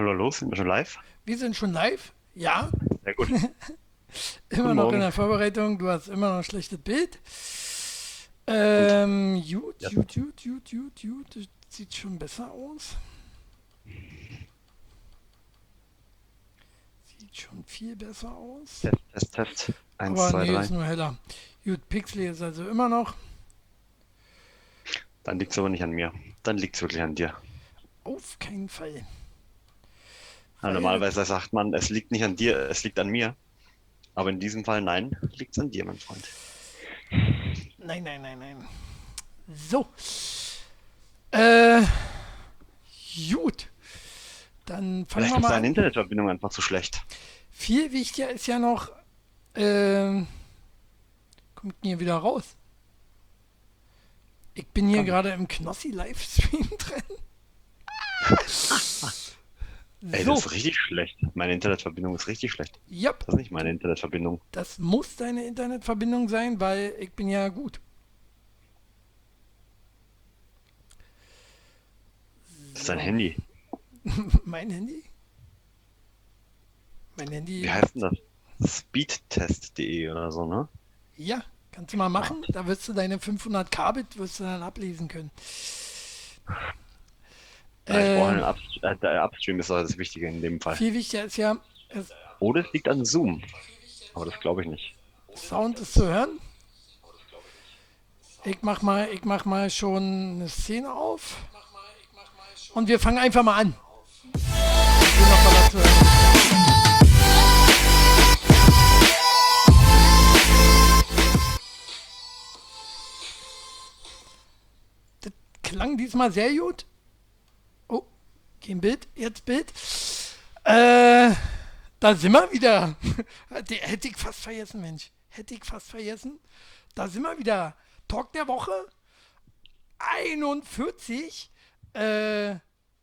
Hallo, hallo, sind wir schon live? Wir sind schon live. Ja, Sehr gut. immer Guten noch in Morgen. der Vorbereitung. Du hast immer noch ein schlechtes Bild. Gut. Gut, Ja, gut, gut, gut, gut, gut. Das sieht schon besser aus. Sieht schon viel besser aus. Test, Test, Test. Eins, Aber zwei, nee, ist drei. nur heller. Gut, Pixel ist also immer noch. Dann liegt es aber nicht an mir. Dann liegt es wirklich an dir. Auf keinen Fall. Aber Weil das. normalerweise sagt man, es liegt nicht an dir, es liegt an mir. Aber in diesem Fall, nein, liegt es an dir, mein Freund. Nein, nein, nein, nein. So. Äh, gut. Dann fangen Vielleicht wir ist mal deine an. Internetverbindung einfach zu schlecht. Viel wichtiger ist ja noch, äh, kommt hier wieder raus. Ich bin hier Kann. gerade im Knossi-Livestream drin. Ey, das So, ist richtig schlecht. Meine Internetverbindung ist richtig schlecht. ja, Das ist nicht meine Internetverbindung. das muss deine Internetverbindung sein, weil ich bin ja gut. Das ist dein So, Handy. mein Handy? Mein Handy Wie heißt macht. denn das? Speedtest.de oder so, ne? Ja, kannst du mal machen. Smart. Da wirst du deine 500 Kbit wirst du dann ablesen können. Ja, ich brauche Äh, einen der Upstream ist doch das Wichtige in dem Fall. viel wichtiger ist ja, es, Oder es liegt an Zoom. Aber das glaube ich nicht. Sound ist zu hören. Ich mach mal schon eine Szene auf und wir fangen einfach mal an. Ich will noch mal dazu hören. Das klang diesmal sehr gut. Oh, kein Bild, jetzt Bild. Äh, Da sind wir wieder. Hätte ich fast vergessen, Mensch. Hätte ich fast vergessen. Da sind wir wieder. Talk der Woche 41. Äh,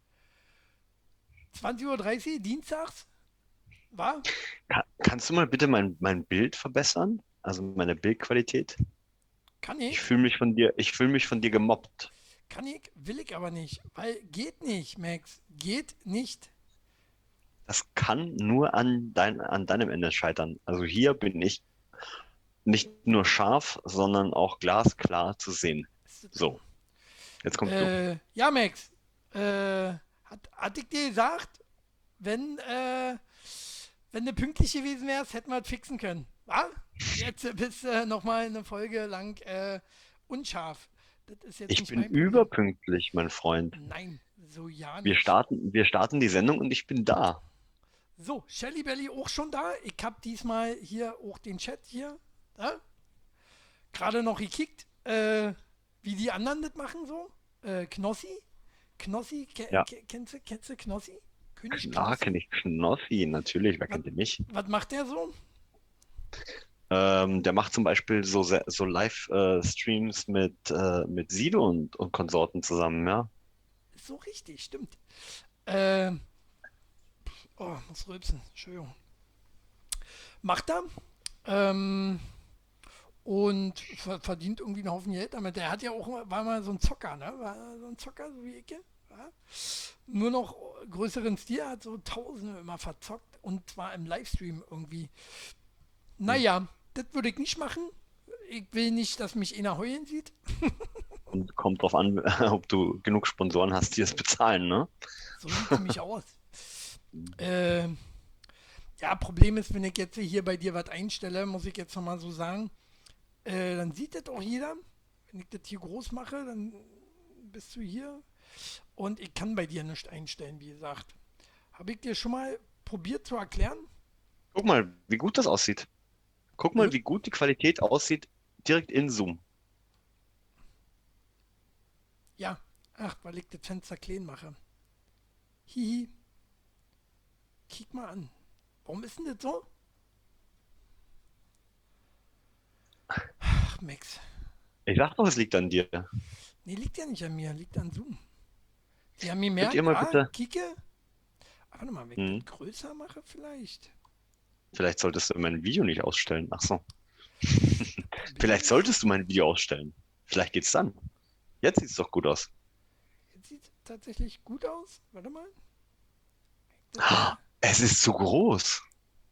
20:30 Uhr, dienstags. War? Kannst du mal bitte mein Bild verbessern? Also meine Bildqualität? Kann Ich ich? fühle mich von dir gemobbt. Kann ich? Will ich aber nicht. Weil geht nicht, Max. Geht nicht. Das kann nur an deinem Ende scheitern. Also hier bin ich nicht nur scharf, sondern auch glasklar zu sehen. So, jetzt kommst du. Ja, Max. Hat ich dir gesagt, wenn, äh, wenn du pünktlich gewesen wärst, hätten wir es fixen können. Wa? Jetzt bist du nochmal eine Folge lang unscharf. Das ist jetzt Ich nicht bin mein Problem. überpünktlich, mein Freund. Nein, so ja Wir nicht. starten, wir starten die Sendung und ich bin da. So, Shelly Belly auch schon da. Ich habe diesmal hier auch den Chat hier. Da. Gerade noch gekickt, wie die anderen das machen so. Knossi. Knossi, Ja, kennst du Knossi? König klar Knossi? kenne ich Knossi, natürlich, wer Was kennt ihn nicht? macht der so? Der macht zum Beispiel so Live-Streams mit Sido und Konsorten zusammen, ja. Ist so richtig, stimmt. Äh, oh, muss rülpsen, Entschuldigung. Macht er. Ähm, und verdient irgendwie einen Haufen Geld damit. Der hat ja auch, war mal so ein Zocker, ne? War so ein Zocker, so wie ich. Ja? Nur noch größeren Stil, hat so Tausende immer verzockt und zwar im Livestream irgendwie. Hm. Naja, das würde ich nicht machen. Ich will nicht, dass mich einer heulen sieht. Kommt drauf an, ob du genug Sponsoren hast, die es bezahlen, ne? So sieht es nämlich aus. Äh, ja, Problem ist, wenn ich jetzt hier bei dir was einstelle, muss ich jetzt nochmal so sagen, dann sieht das auch jeder. Wenn ich das hier groß mache, dann bist du hier. Und ich kann bei dir nichts einstellen, wie gesagt. Habe ich dir schon mal probiert zu erklären? Guck mal, wie gut das aussieht. Guck mal, Hm? wie gut die Qualität aussieht, direkt in Zoom. Ja. Ach, weil ich das Fenster klein mache. Hihi. Kick mal an. Warum ist denn das so? Ach, Max. Ich sag doch, es liegt an dir. Nee, liegt ja nicht an mir, liegt an Zoom. Die haben Könnt ihr gemerkt, mal bitte, Kike. Warte mal, wenn ich hm, das größer mache, vielleicht. vielleicht solltest du mein Video nicht ausstellen. Ach so. Problem Vielleicht ist, solltest du mein Video ausstellen. Vielleicht geht's dann. Jetzt sieht's doch gut aus. jetzt sieht es tatsächlich gut aus. Warte mal. Es ist zu groß.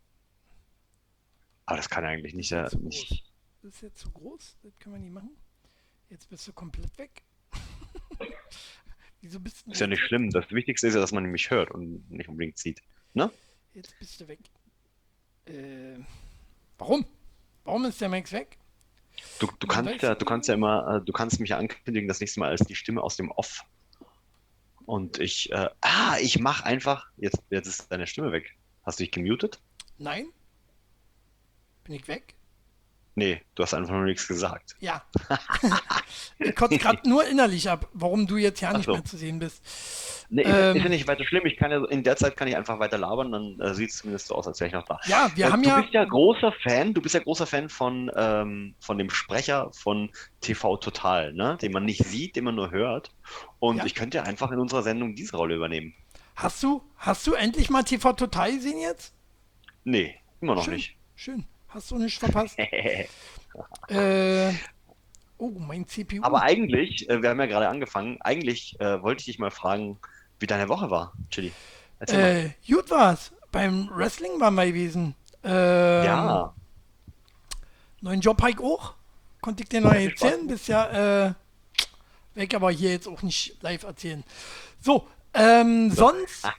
Aber das kann eigentlich Das ist nicht, jetzt zu groß. nicht. Das ist jetzt zu groß. Das können wir nicht machen. Jetzt bist du komplett weg. Wieso bist du Ist ja jetzt nicht weg? schlimm. Das Wichtigste ist ja, dass man mich hört und nicht unbedingt sieht. Ne? Jetzt bist du weg. Äh, warum? Warum ist der Max weg? Du Man kannst weiß ja, ja du nie. kannst ja immer, du kannst mich ja ankündigen das nächste Mal als die Stimme aus dem Off. Und ich mach einfach, jetzt ist deine Stimme weg. Hast du dich gemutet? Nein? Bin ich weg? Nee, du hast einfach nur nichts gesagt. Ja. Ich kotze gerade nur innerlich ab, warum du jetzt ja Ach nicht mehr so. zu sehen bist. Nee, ist ja Ähm, nicht weiter schlimm. Ich kann ja, in der Zeit kann ich einfach weiter labern, dann sieht es zumindest so aus, als wäre ich noch da. ja, wir haben Du ja. bist ja großer Fan von dem Sprecher von TV Total, ne? Den man nicht sieht, den man nur hört. Und Ja. ich könnte ja einfach in unserer Sendung diese Rolle übernehmen. Hast du endlich mal TV Total gesehen jetzt? Nee, immer noch Schön, nicht. schön. Hast du nicht verpasst? Äh, oh, mein CPU. Aber eigentlich, wir haben ja gerade angefangen, eigentlich wollte ich dich mal fragen, wie deine Woche war, Chili. Erzähl mal. Gut war's. Beim Wrestling waren wir gewesen. Ja, Neuen Job habe ich auch. Konnte ich dir noch sehr viel Spaß erzählen. gemacht. Bist ja weg, aber hier jetzt auch nicht live erzählen. So, So. sonst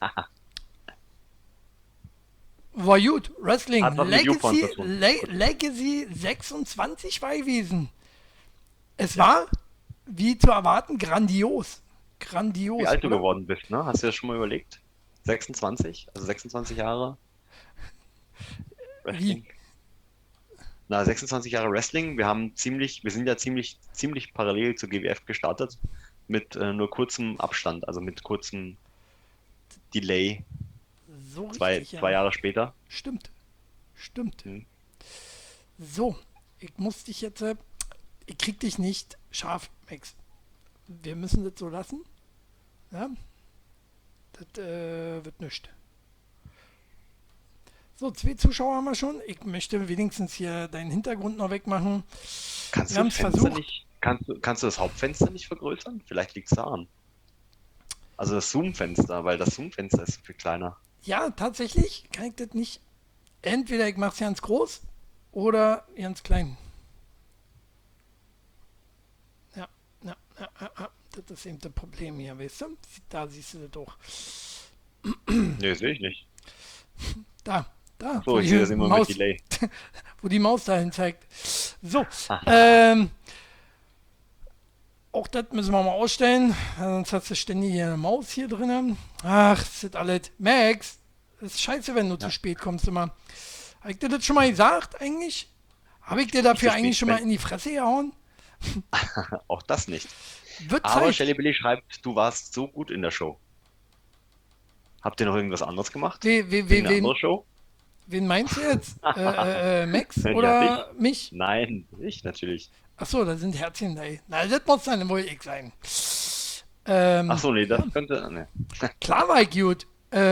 war gut. Wrestling. Hat was mit YouPorn Legacy, zu tun. Gut. Legacy 26 war gewesen. Es war, wie zu erwarten, grandios. Wie Grandios, alt du oder? geworden bist, ne? Hast du das schon mal überlegt? 26? Also 26 Jahre Wie? Wrestling? Na, 26 Jahre Wrestling. Wir sind ja ziemlich parallel zur GWF gestartet. Mit nur kurzem Abstand, also mit kurzem Delay, So richtig, zwei ja. Jahre später. Stimmt. Stimmt. Hm. So, ich muss dich jetzt, ich krieg dich nicht scharf, Max. Wir müssen das so lassen. Ja, das wird nichts. So, 2 Zuschauer haben wir schon. Ich möchte wenigstens hier deinen Hintergrund noch wegmachen. Kannst Wir du haben das es Fenster versucht. nicht, kannst du das Hauptfenster nicht vergrößern? Vielleicht liegt es daran. Also das Zoom-Fenster, weil das Zoom-Fenster ist viel kleiner. Ja, tatsächlich kann ich das nicht. Entweder ich mache es ganz groß oder ganz klein. Ja, ja. Das ist eben das Problem hier, weißt du? Da siehst du das doch. Nee, sehe ich nicht. Da, Ach da, so, ich sehe das immer mit Delay. Wo die Maus dahin zeigt. So, Haha. ähm, auch das müssen wir mal ausstellen, sonst hast du ständig hier eine Maus hier drin. Ach, das ist alles. Max, das ist scheiße, wenn du zu Ja, spät kommst immer. Habe ich dir das schon mal gesagt eigentlich? Habe ich dir nicht zu dafür eigentlich spät. schon mal in die Fresse gehauen? Auch das nicht. Wird Aber Zeit. Shelly Billy schreibt, du warst so gut in der Show. Habt ihr noch irgendwas anderes gemacht? We, we, we, Irgendeine wen, andere Show? wen meinst du jetzt? Max Ja, dich? oder mich? Nein, ich natürlich. Achso, da sind Herzchen da. Na, das muss dann wohl ich sein. Ach so, nee, das Ja, könnte. Nee. klar war ich gut.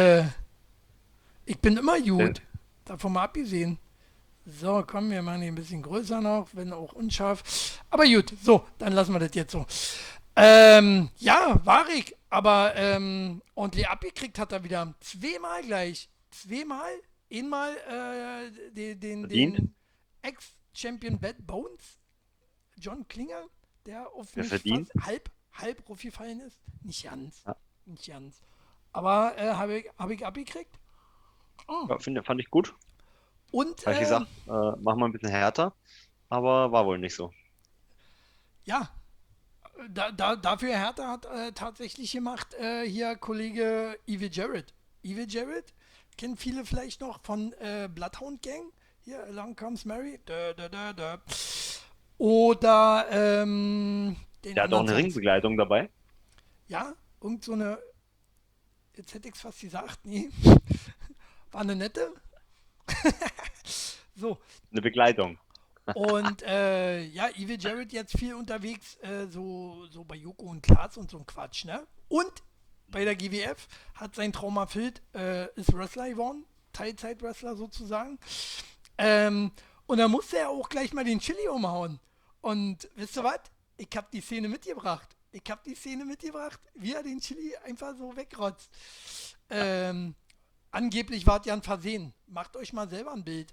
Ich bin immer Äh, gut. Davon mal abgesehen. So, komm, wir machen ihn ein bisschen größer noch, wenn auch unscharf. Aber gut, so, dann lassen wir das jetzt so. Ja, war ich, aber ordentlich abgekriegt hat er wieder. Zweimal gleich. Zweimal. Einmal Verdient? den Ex-Champion Bad Bones, John Klinger, der auf Wer mich verdient? fast halb aufgefallen ist. Nicht ganz. Ja, Nicht ganz. Aber hab ich abgekriegt. Oh. ja, fand ich gut. Und Habe ich gesagt, mach mal ein bisschen härter. Aber war wohl nicht so. ja, dafür Hertha hat tatsächlich gemacht hier Kollege Evil Jarrett. Evil Jarrett kennen viele vielleicht noch von Bloodhound Gang. Hier, Along Comes Mary. Da. Oder den Der hat auch anderen eine Songs. Ringbegleitung dabei. Ja, irgend so eine, jetzt hätte ich es fast gesagt, nee, war eine nette. So, Eine Begleitung. und ja, Evil Jared jetzt viel unterwegs, so bei Joko und Klaas und so ein Quatsch, ne? Und bei der GWF hat sein Traum erfüllt, ist Wrestler geworden, Teilzeit-Wrestler sozusagen. Und da musste er auch gleich mal den Chili umhauen. Und wisst ihr was? Ich hab die Szene mitgebracht. Wie er den Chili einfach so wegrotzt. Ähm, Angeblich wart ihr ein Versehen. Macht euch mal selber ein Bild.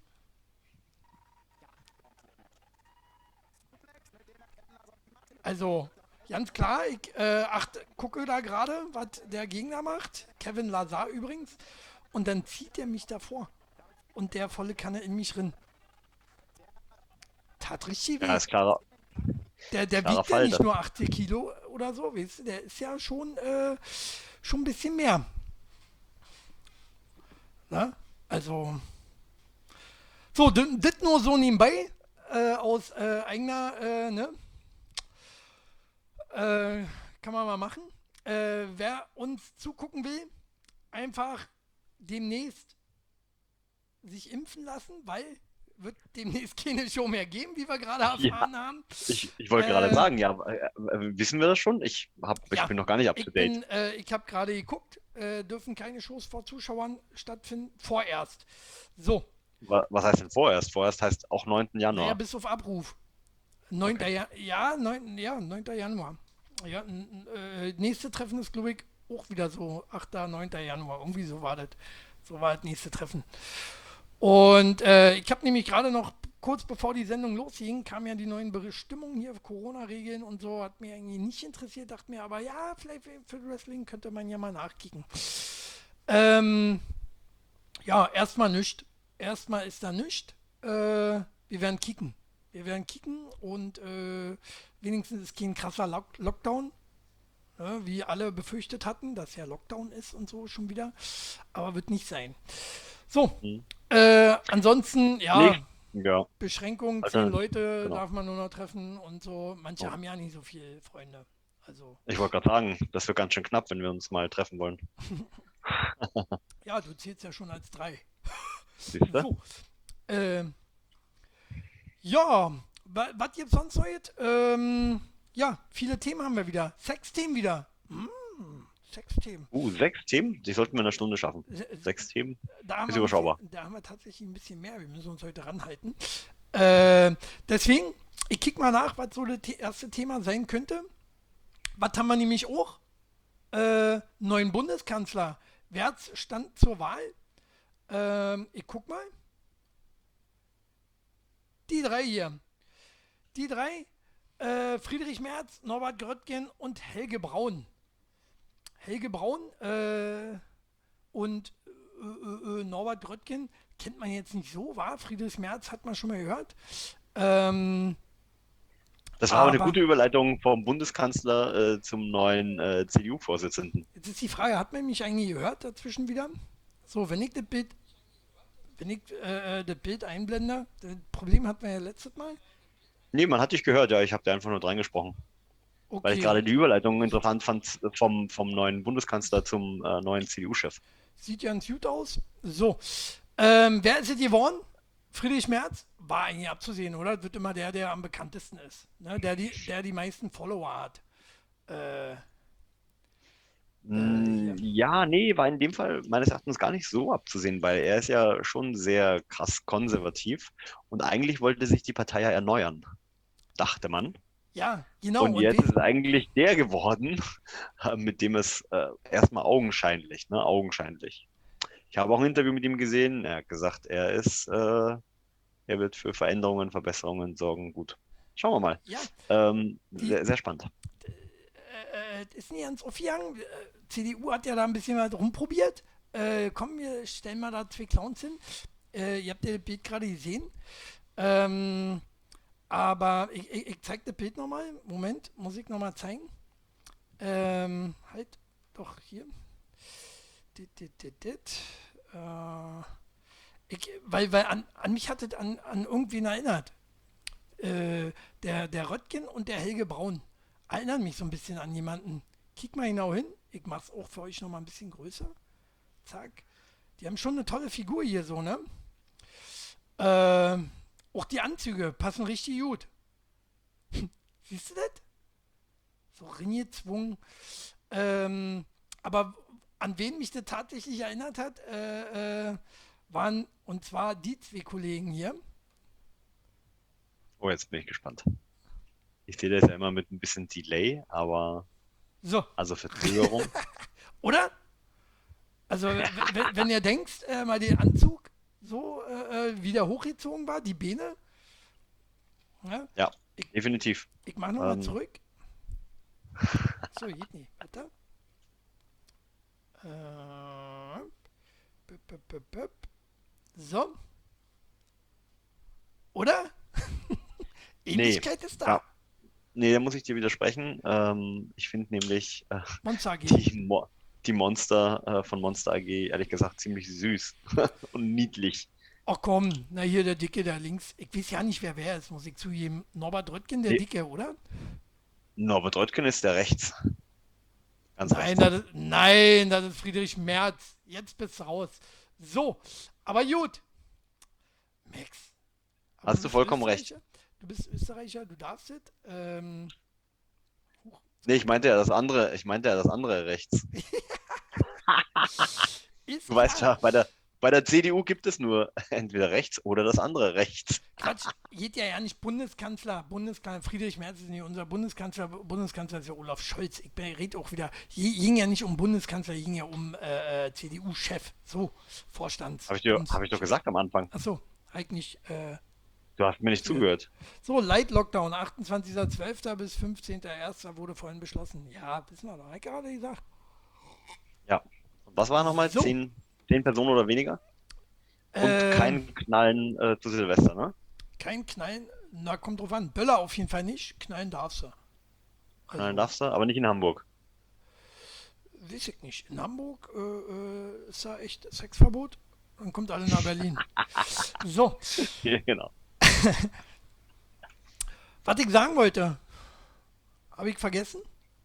Also, ganz klar, ich gucke da gerade, was der Gegner macht. Kevin Lazar übrigens. Und dann zieht er mich davor. Und der volle Kanne in mich drin. Tat richtig Ja, weh. ist klarer, Der klarer wiegt ja Fall. nicht nur 80 Kilo oder so, weißt du, der ist ja schon ein bisschen mehr. Ne? Also, so, das nur so nebenbei, aus eigener, ne? Kann man mal machen. Wer uns zugucken will, einfach demnächst sich impfen lassen, weil wird demnächst keine Show mehr geben, wie wir gerade Ja, erfahren haben. ich wollte gerade Äh, sagen, ja, wissen wir das schon? Ich ja, bin noch gar nicht up to date. ich habe gerade geguckt, dürfen keine Shows vor Zuschauern stattfinden, vorerst. So, Was heißt denn vorerst? Vorerst heißt auch 9. naja, Januar. bis auf Abruf. 9. Okay. Ja, 9. Januar. Ja, nächste Treffen ist, glaube ich, auch wieder so 8. 9. Januar. Irgendwie so war das. So war das nächste Treffen. Und ich habe nämlich gerade noch, kurz bevor die Sendung losging, kamen ja die neuen Bestimmungen hier, Corona-Regeln und so. Hat mir eigentlich nicht interessiert, dachte mir aber, ja, vielleicht für Wrestling könnte man ja mal nachkicken. Ähm, ja, erstmal nichts. Erstmal ist da nichts. Wir werden kicken. Wir werden kicken und wenigstens ist kein krasser Lockdown, ne, wie alle befürchtet hatten, dass ja Lockdown ist und so schon wieder. Aber wird nicht sein. So, Hm. ansonsten, ja, Nee, ja, Beschränkungen, 10 Alter, Leute genau. darf man nur noch treffen und so. Manche Ja. haben ja nicht so viele Freunde. Also, Ich wollte gerade sagen, das wird ganz schön knapp, wenn wir uns mal treffen wollen. ja, du zählst ja schon als 3. Siehst du? So, äh, ja, was gibt's sonst heute? Ja, viele Themen haben wir wieder. Sexthemen wieder. Sexthemen. 6 Themen? Die sollten wir in einer Stunde schaffen. Se- 6 Themen? Da haben, Ist wir ein bisschen, überschaubar. da haben wir tatsächlich ein bisschen mehr. Wir müssen uns heute ranhalten. Deswegen, ich kick mal nach, was so das erste Thema sein könnte. Was haben wir nämlich auch? Neuen Bundeskanzler. Wer stand zur Wahl? Ich guck mal. Die drei hier. Die drei, Friedrich Merz, Norbert Gröttgen und Helge Braun. Helge Braun und Norbert Gröttgen kennt man jetzt nicht so, war Friedrich Merz hat man schon mal gehört. Ähm, Das war aber eine aber gute Überleitung vom Bundeskanzler zum neuen CDU-Vorsitzenden. jetzt ist die Frage, hat man mich eigentlich gehört dazwischen wieder? So, wenn ich das Bild einblende, das Problem hatten wir ja letztes Mal. Nee, man hat dich gehört, ja, ich habe dir einfach nur reingesprochen. Weil ich Okay, gerade die Überleitung interessant fand vom neuen Bundeskanzler zum neuen CDU-Chef. sieht ja ganz gut aus. So, wer ist es geworden? Friedrich Merz war eigentlich abzusehen, oder? Das wird immer der am bekanntesten ist. Ne? Der die meisten Follower hat. Äh, hier. Ja, nee, war in dem Fall meines Erachtens gar nicht so abzusehen, weil er ist ja schon sehr krass konservativ und eigentlich wollte sich die Partei ja erneuern, dachte man. Ja, genau. Und Und jetzt ist es eigentlich der geworden, mit dem es erstmal augenscheinlich, ne, augenscheinlich. Ich habe auch ein Interview mit ihm gesehen. Er hat gesagt, er wird für Veränderungen, Verbesserungen sorgen. Gut. Schauen wir mal. ja, die Sehr, sehr spannend. ist nicht ganz aufgegangen. CDU hat ja da ein bisschen was rumprobiert. Komm, wir stellen mal da zwei Clowns hin. Ihr habt ja das Bild gerade gesehen. Ähm, aber ich zeige das Bild nochmal. Moment, muss ich nochmal zeigen. Halt, doch hier. Dit. Weil an mich hat es an irgendwen erinnert. Der Röttgen und der Helge Braun erinnern mich so ein bisschen an jemanden. Kick mal genau hin. Ich mach's auch für euch nochmal ein bisschen größer. Zack. Die haben schon eine tolle Figur hier so, ne? Auch die Anzüge passen richtig gut. Siehst du das? So reingezwungen. Aber an wen mich das tatsächlich erinnert hat, waren und zwar die zwei Kollegen hier. Oh, jetzt bin ich gespannt. Ich sehe das ja immer mit ein bisschen Delay, aber So, also Verzögerung. oder? Also, wenn ihr denkt, mal den Anzug so wie der hochgezogen war, die Beine, ja, Ja, ich, definitiv. ich mach nochmal Ähm, zurück. So, geht nicht. Warte. Äh, büpp, büpp, büpp, büpp. So, oder? nee, Ähnlichkeit ist ja, da. nee, da muss ich dir widersprechen. Ich finde nämlich Monster AG. die, Mo die Monster von Monster AG ehrlich gesagt ziemlich süß und niedlich. Ach komm, na hier der Dicke da links. Ich weiß ja nicht, wer ist, muss ich zugeben. Norbert Röttgen, der Nee, Dicke, oder? Norbert Röttgen ist der rechts, ganz Nein, rechts. das ist Friedrich Merz. Jetzt bist du raus. So, aber gut. Max, aber du Hast du bist vollkommen recht. Österreicher? Du bist Österreicher, du darfst es. Huch, Nee, zwei. ich meinte ja das andere rechts. Ist Du weißt klar. ja, bei der CDU gibt es nur entweder rechts oder das andere rechts. Quatsch, geht ja nicht Bundeskanzler. Bundeskanzler Friedrich Merz ist nicht unser Bundeskanzler. Bundeskanzler ist ja Olaf Scholz. Ich rede auch wieder. Ging ja nicht um Bundeskanzler, ging ja um CDU-Chef. So, Vorstands. Hab ich doch gesagt am Anfang. Achso, halt nicht. Du hast mir nicht zugehört. So, Light Lockdown, 28.12. bis 15.01. wurde vorhin beschlossen. Ja, wissen wir doch. Hab ich gerade gesagt. Ja. Und was war nochmal? So, 10 Personen oder weniger? Und ähm, kein Knallen zu Silvester, ne? kein Knallen. Na, kommt drauf an. Böller auf jeden Fall nicht. Knallen darfst du. Knallen Also, darfst du, aber nicht in Hamburg. weiß ich nicht. In Hamburg ist da echt Sexverbot. Dann kommt alle nach Berlin. So, Genau. was ich sagen wollte, habe ich vergessen.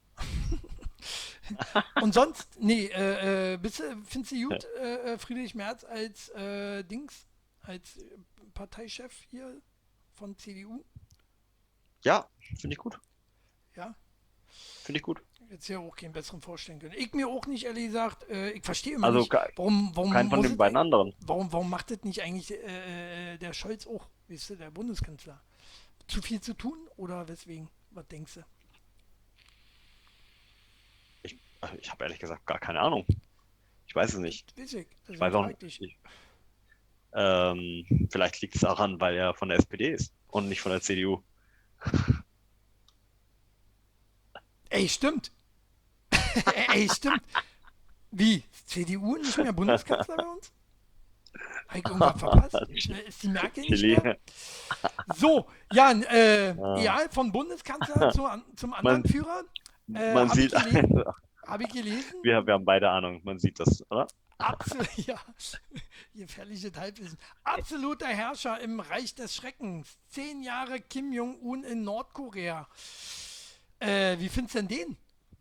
Und sonst, nee, findest du gut, Friedrich Merz als Dings, als Parteichef hier von CDU? Ja, finde ich gut. Ja, Finde ich gut. jetzt ja auch keinen besseren vorstellen können. Ich mir auch nicht, ehrlich gesagt. Ich verstehe immer Also nicht, warum kein von muss den es, beiden anderen. warum macht das nicht eigentlich der Scholz auch, weißt du, der Bundeskanzler? Zu viel zu tun oder weswegen? Was denkst du? Ich habe ehrlich gesagt gar keine Ahnung. Ich weiß es nicht. Weiß ich, Ich deswegen weiß auch frag nicht. dich. Vielleicht liegt es daran, weil er von der SPD ist und nicht von der CDU. Ey, stimmt. Ey, stimmt. Wie? CDU nicht mehr Bundeskanzler bei uns? Habe ich irgendwas verpasst? Ist die Merkel nicht Chili. mehr? So, ja, Ah. ja, von Bundeskanzler zum anderen Man, Führer. man Habe ich sieht, gelesen. Habe ich gelesen. wir haben beide Ahnung, man sieht das, oder? Absolut, ja. Gefährliches Halbwissen. Absoluter Herrscher im Reich des Schreckens. 10 Jahre Kim Jong-un in Nordkorea. Wie findest du denn den?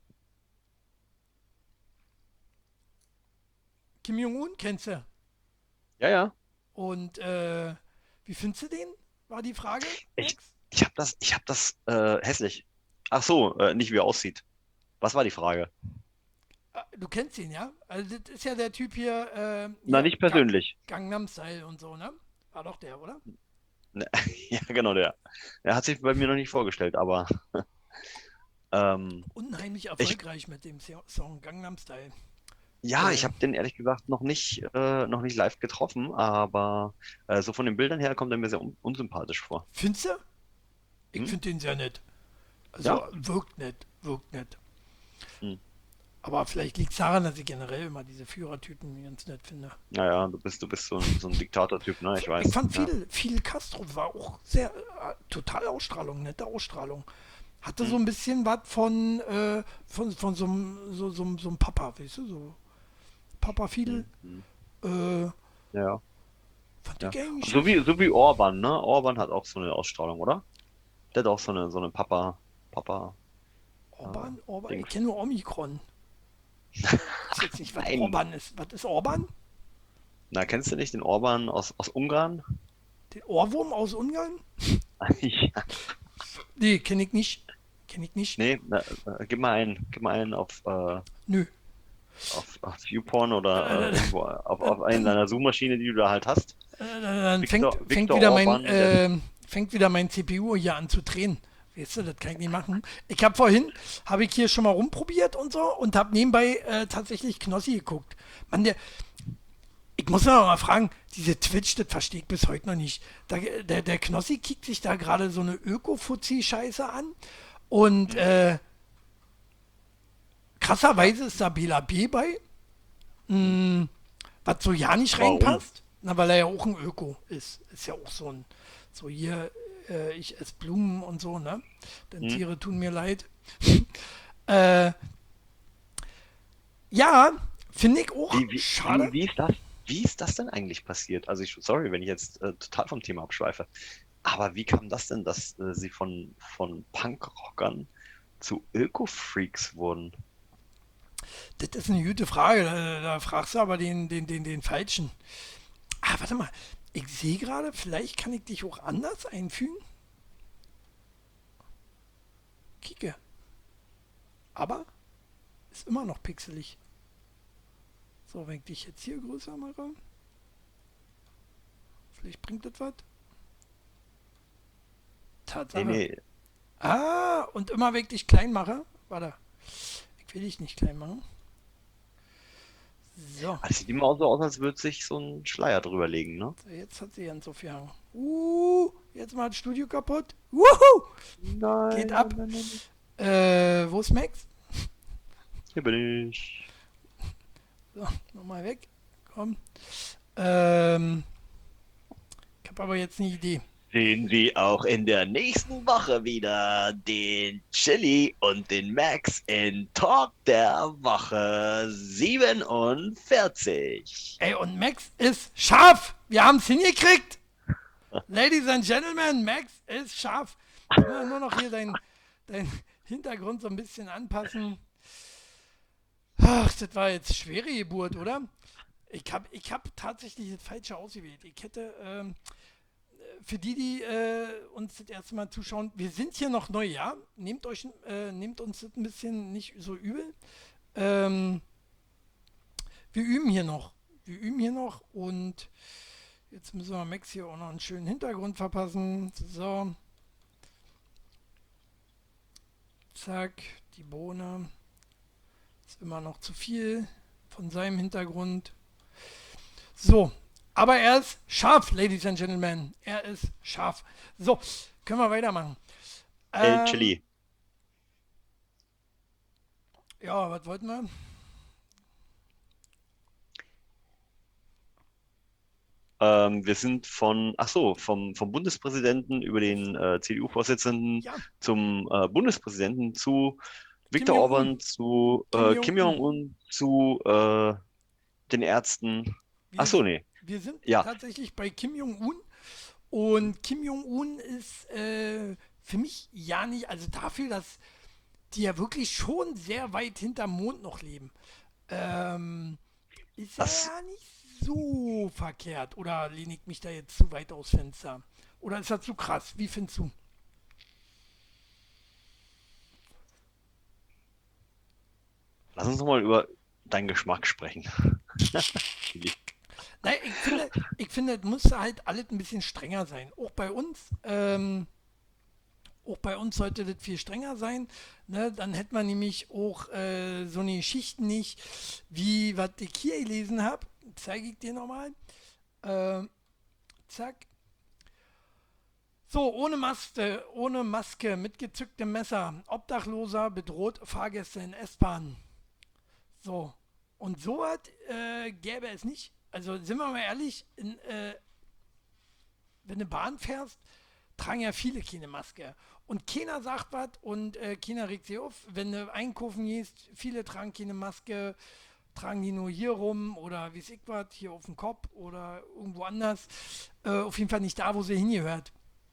Kim Jong-un kennst du. Ja, ja. Und wie findest du den? War die Frage, Ich, Max? ich hab das hässlich. Ach so, nicht wie er aussieht. Was war die Frage? Du kennst ihn, ja? Also das ist ja der Typ hier, Na, nicht persönlich. Gangnam Style und so, ne? War doch der, oder? Ne, ja, genau der. Er hat sich bei mir noch nicht vorgestellt, aber ähm, Unheimlich ich, erfolgreich mit dem Song Gangnam Style. ja, Äh, ich habe den ehrlich gesagt noch nicht live getroffen, aber so von den Bildern her kommt er mir sehr unsympathisch vor. Findest du? Ich Hm? finde den sehr nett. Also Ja? wirkt nett, wirkt nett. Hm. Aber vielleicht liegt es daran, dass ich generell immer diese Führertypen ganz nett finde. Naja, du bist so ein Diktatortyp, ne? Ich Ich weiß. fand Ja. Fidel Castro war auch sehr, total Ausstrahlung, nette Ausstrahlung. Hatte so Hm, ein bisschen was von so einem Papa, weißt du, so Papa Fidel. hm. Äh, Ja, fand ja. ich eigentlich So wie Orban, ne? Orban hat auch so eine Ausstrahlung, oder? Der hat auch so eine Orban, ich Dings. kenne nur Omikron. Ich weiß jetzt nicht, was Nein. Orban ist. Was ist Orban? Na, kennst du nicht den Orban aus Ungarn? Den Ohrwurm aus Ungarn? Ja. Nee, kenne ich nicht. Kenne ich nicht. Nee, na, gib mal einen Nö. auf YouPorn oder Äh, irgendwo auf einen deiner Suchmaschine, die du da halt hast. dann Viktor fängt wieder Orban, der, fängt wieder mein CPU hier an zu drehen. Weißt du, das kann ich nicht machen. Habe ich hier schon mal rumprobiert und so und habe nebenbei tatsächlich Knossi geguckt. Mann, ich muss noch mal fragen, diese Twitch, das verstehe ich bis heute noch nicht. Der Knossi kickt sich da gerade so eine Öko-Fuzzi-Scheiße an und krasserweise ist da Bela B bei, was so ja nicht Warum? reinpasst. Na, weil er ja auch ein Öko ist. Ist ja auch so ein, so hier, ich esse Blumen und so, ne? Denn Hm? Tiere tun mir leid. Äh, ja, finde ich auch Wie, wie, schade. wie ist das? Wie ist das denn eigentlich passiert? Also sorry, wenn ich jetzt total vom Thema abschweife. Aber wie kam das denn, dass sie von Punkrockern zu Öko-Freaks wurden? Das ist eine gute Frage. Da fragst du aber den Falschen. Ah, warte mal. Ich sehe gerade, vielleicht kann ich dich auch anders einfügen. Kicke. Aber ist immer noch pixelig. So, wenn ich dich jetzt hier größer mache, vielleicht bringt das was. Nee, Tatsache. nee. Ah, und immer wenn ich dich klein mache. Warte, ich will dich nicht klein machen. So, Es sieht immer auch so aus, als würde sich so ein Schleier drüber legen, ne? so jetzt hat sie ganz so viel Hang. Jetzt mal das Studio kaputt. Wuhu! Geht Nein, ab. nein, nein, nein. Wo ist Max? Hier bin ich. So, nochmal weg. Komm. Ähm, ich habe aber jetzt eine Idee. Sehen Sie auch in der nächsten Woche wieder den Chili und den Max in Talk der Woche 47. Ey, und Max ist scharf. Wir haben es hingekriegt. Ladies and Gentlemen, Max ist scharf. Nur noch hier dein Hintergrund so ein bisschen anpassen. Ach, das war jetzt schwere Geburt, oder? Ich hab tatsächlich das Falsche ausgewählt. Ich hätte, für die uns das erste Mal zuschauen, wir sind hier noch neu, ja? Nehmt uns das ein bisschen nicht so übel. Ähm, wir üben hier noch. Wir üben hier noch und jetzt müssen wir Max hier auch noch einen schönen Hintergrund verpassen. So, zack, die Bohne. Ist immer noch zu viel von seinem Hintergrund. So, aber er ist scharf, Ladies and Gentlemen. Er ist scharf. So, können wir weitermachen. El Ähm, Chili. ja, was wollten wir? Wir sind vom Bundespräsidenten über den CDU-Vorsitzenden Ja, zum Bundespräsidenten zu Kim Viktor Jong-un. Orban, zu Kim Kim Jong-un. Jong-un, zu den Ärzten. Ach Wir, so, si- nee. wir sind Ja, tatsächlich bei Kim Jong-un. Und Kim Jong-un ist für mich ja nicht, also dafür, dass die ja wirklich schon sehr weit hinterm Mond noch leben, ähm, ist er das, ja nicht so verkehrt. Oder lehne ich mich da jetzt zu weit aus Fenster? Oder ist das zu krass? Wie findest du? lass uns noch mal über deinen Geschmack sprechen. Chili. Nein, ich finde, es muss halt alles ein bisschen strenger sein. Auch bei uns sollte das viel strenger sein. Ne? Dann hätte man nämlich auch so eine Geschichten nicht, wie was ich hier gelesen habe. Zeige ich dir nochmal. Ähm, zack. So, ohne Maske, mit gezücktem Messer. Obdachloser bedroht Fahrgäste in S-Bahnen. So. Und so was gäbe es nicht. Also sind wir mal ehrlich, wenn du Bahn fährst, tragen ja viele keine Maske. Und keiner sagt was und keiner regt sich auf. Wenn du einkaufen gehst, viele tragen keine Maske, tragen die nur hier rum oder wie ich was, hier auf dem Kopf oder irgendwo anders. Auf jeden Fall nicht da, wo sie hingehört.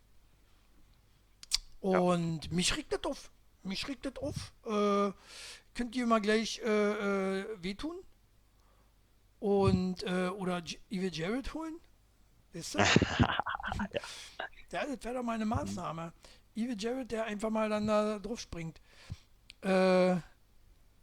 Ja. Und mich regt das auf. Mich regt das auf. Könnt ihr mal gleich wehtun? Und, oder Evil Jared holen? Wisst ihr? Ja. Ja, das wäre doch mal eine Maßnahme. Evil Jared, der einfach mal dann da drauf springt. Äh,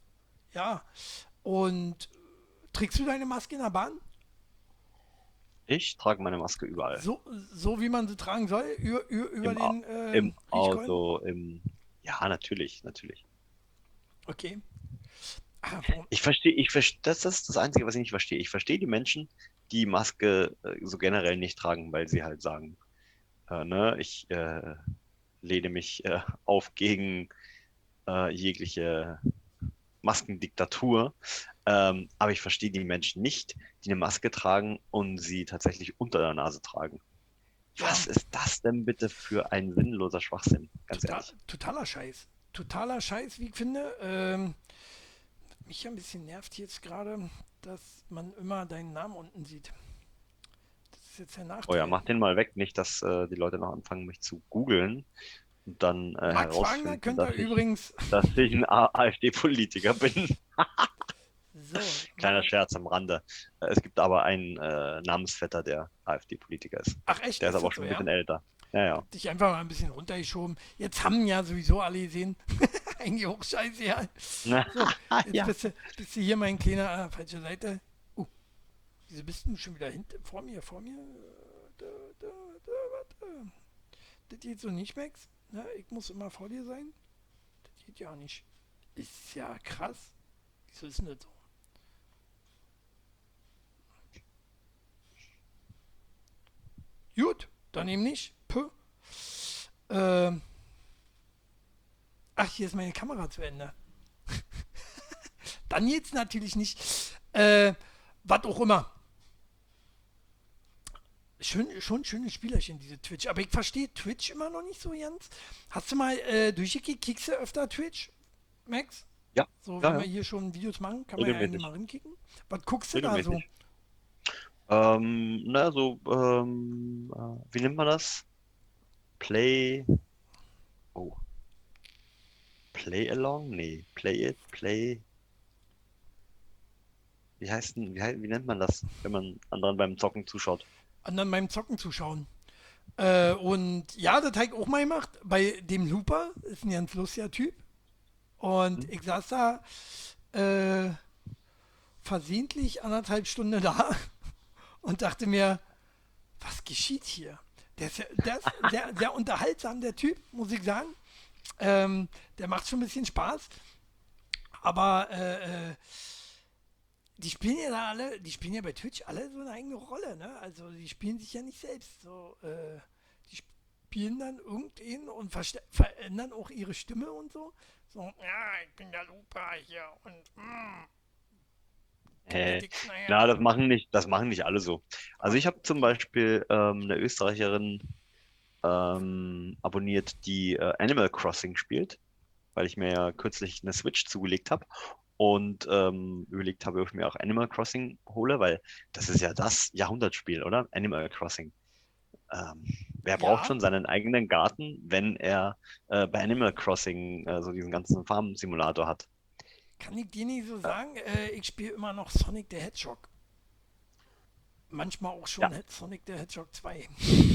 ja. Und trägst du deine Maske in der Bahn? Ich trage meine Maske überall. So wie man sie tragen soll, über Im, Au- den im Riechkolben? Auto, ja, natürlich, natürlich. Okay. Ah, warum? Das ist das Einzige, was ich nicht verstehe. Ich verstehe die Menschen, die Maske so generell nicht tragen, weil sie halt sagen, ne, ich lehne mich auf gegen jegliche Maskendiktatur. Aber ich verstehe die Menschen nicht, die eine Maske tragen und sie tatsächlich unter der Nase tragen. Ja, Was ist das denn bitte für ein sinnloser Schwachsinn? Ganz ehrlich. totaler Scheiß. Totaler Scheiß, wie ich finde. Mich ein bisschen nervt jetzt gerade, dass man immer deinen Namen unten sieht. Das ist jetzt der Oh ja, Nachteil. mach den mal weg, nicht, dass die Leute noch anfangen, mich zu googeln und dann Max Wagner herausfinden, könnt ihr übrigens. dass ich ein AfD-Politiker bin. So, Kleiner Scherz am Rande. Es gibt aber einen Namensvetter, der AfD-Politiker ist. ach echt, Der ist ist aber das auch so, schon ein ja? bisschen älter. Ja, ja. Dich einfach mal ein bisschen runtergeschoben. Jetzt haben ja sowieso alle gesehen. Eigentlich auch scheiße, ja. So, jetzt Ja. bist du hier mein kleiner, falsche Seite. Wieso bist du schon wieder hinten? Vor mir? Warte. Das geht so nicht, Max. Na, ich muss immer vor dir sein. Das geht ja nicht. Ist ja krass. Wieso ist denn das so? Gut, dann eben nicht. Puh. Ähm, ach, hier ist meine Kamera zu Ende. Dann jetzt natürlich nicht. Was auch immer. Schon schönes Spielerchen, diese Twitch. Aber ich verstehe Twitch immer noch nicht so ganz. Hast du mal durchgekickt? Kickst du öfter Twitch, Max? Ja, So, wenn ja, wir ja. hier schon Videos machen, kann man ja eigentlich Regelmäßig. mal rinkicken. Was guckst du da so? Regelmäßig. Na, so, wie nennt man das? Play. Oh, Play along? Nee, Play it, Play. Wie nennt man das, wenn man anderen beim Zocken zuschaut? Anderen beim Zocken zuschauen. Und ja, das habe ich auch mal gemacht. Bei dem Looper, ist ein ganz lustiger Typ. Hm? Und ich saß da versehentlich 1,5 Stunden da und dachte mir, was geschieht hier? Der ist sehr, sehr unterhaltsam, der Typ, muss ich sagen. Der macht schon ein bisschen Spaß. Aber die spielen ja da alle, die spielen ja bei Twitch alle so eine eigene Rolle, ne? Also die spielen sich ja nicht selbst. So, die spielen dann irgendwen und verändern auch ihre Stimme und so. So, ja, ich bin der Lupa hier und Äh, Dix, naja. klar, das machen nicht alle so. Also ich habe zum Beispiel eine Österreicherin abonniert, die Animal Crossing spielt, weil ich mir ja kürzlich eine Switch zugelegt habe und überlegt habe, ob ich mir auch Animal Crossing hole, weil das ist ja das Jahrhundertspiel, oder? Animal Crossing. Ähm, wer braucht Ja, schon seinen eigenen Garten, wenn er bei Animal Crossing so diesen ganzen Farm-Simulator hat? kann ich dir nicht so Ja, sagen. Ich spiele immer noch Sonic the Hedgehog. Manchmal auch schon ja, Sonic the Hedgehog 2.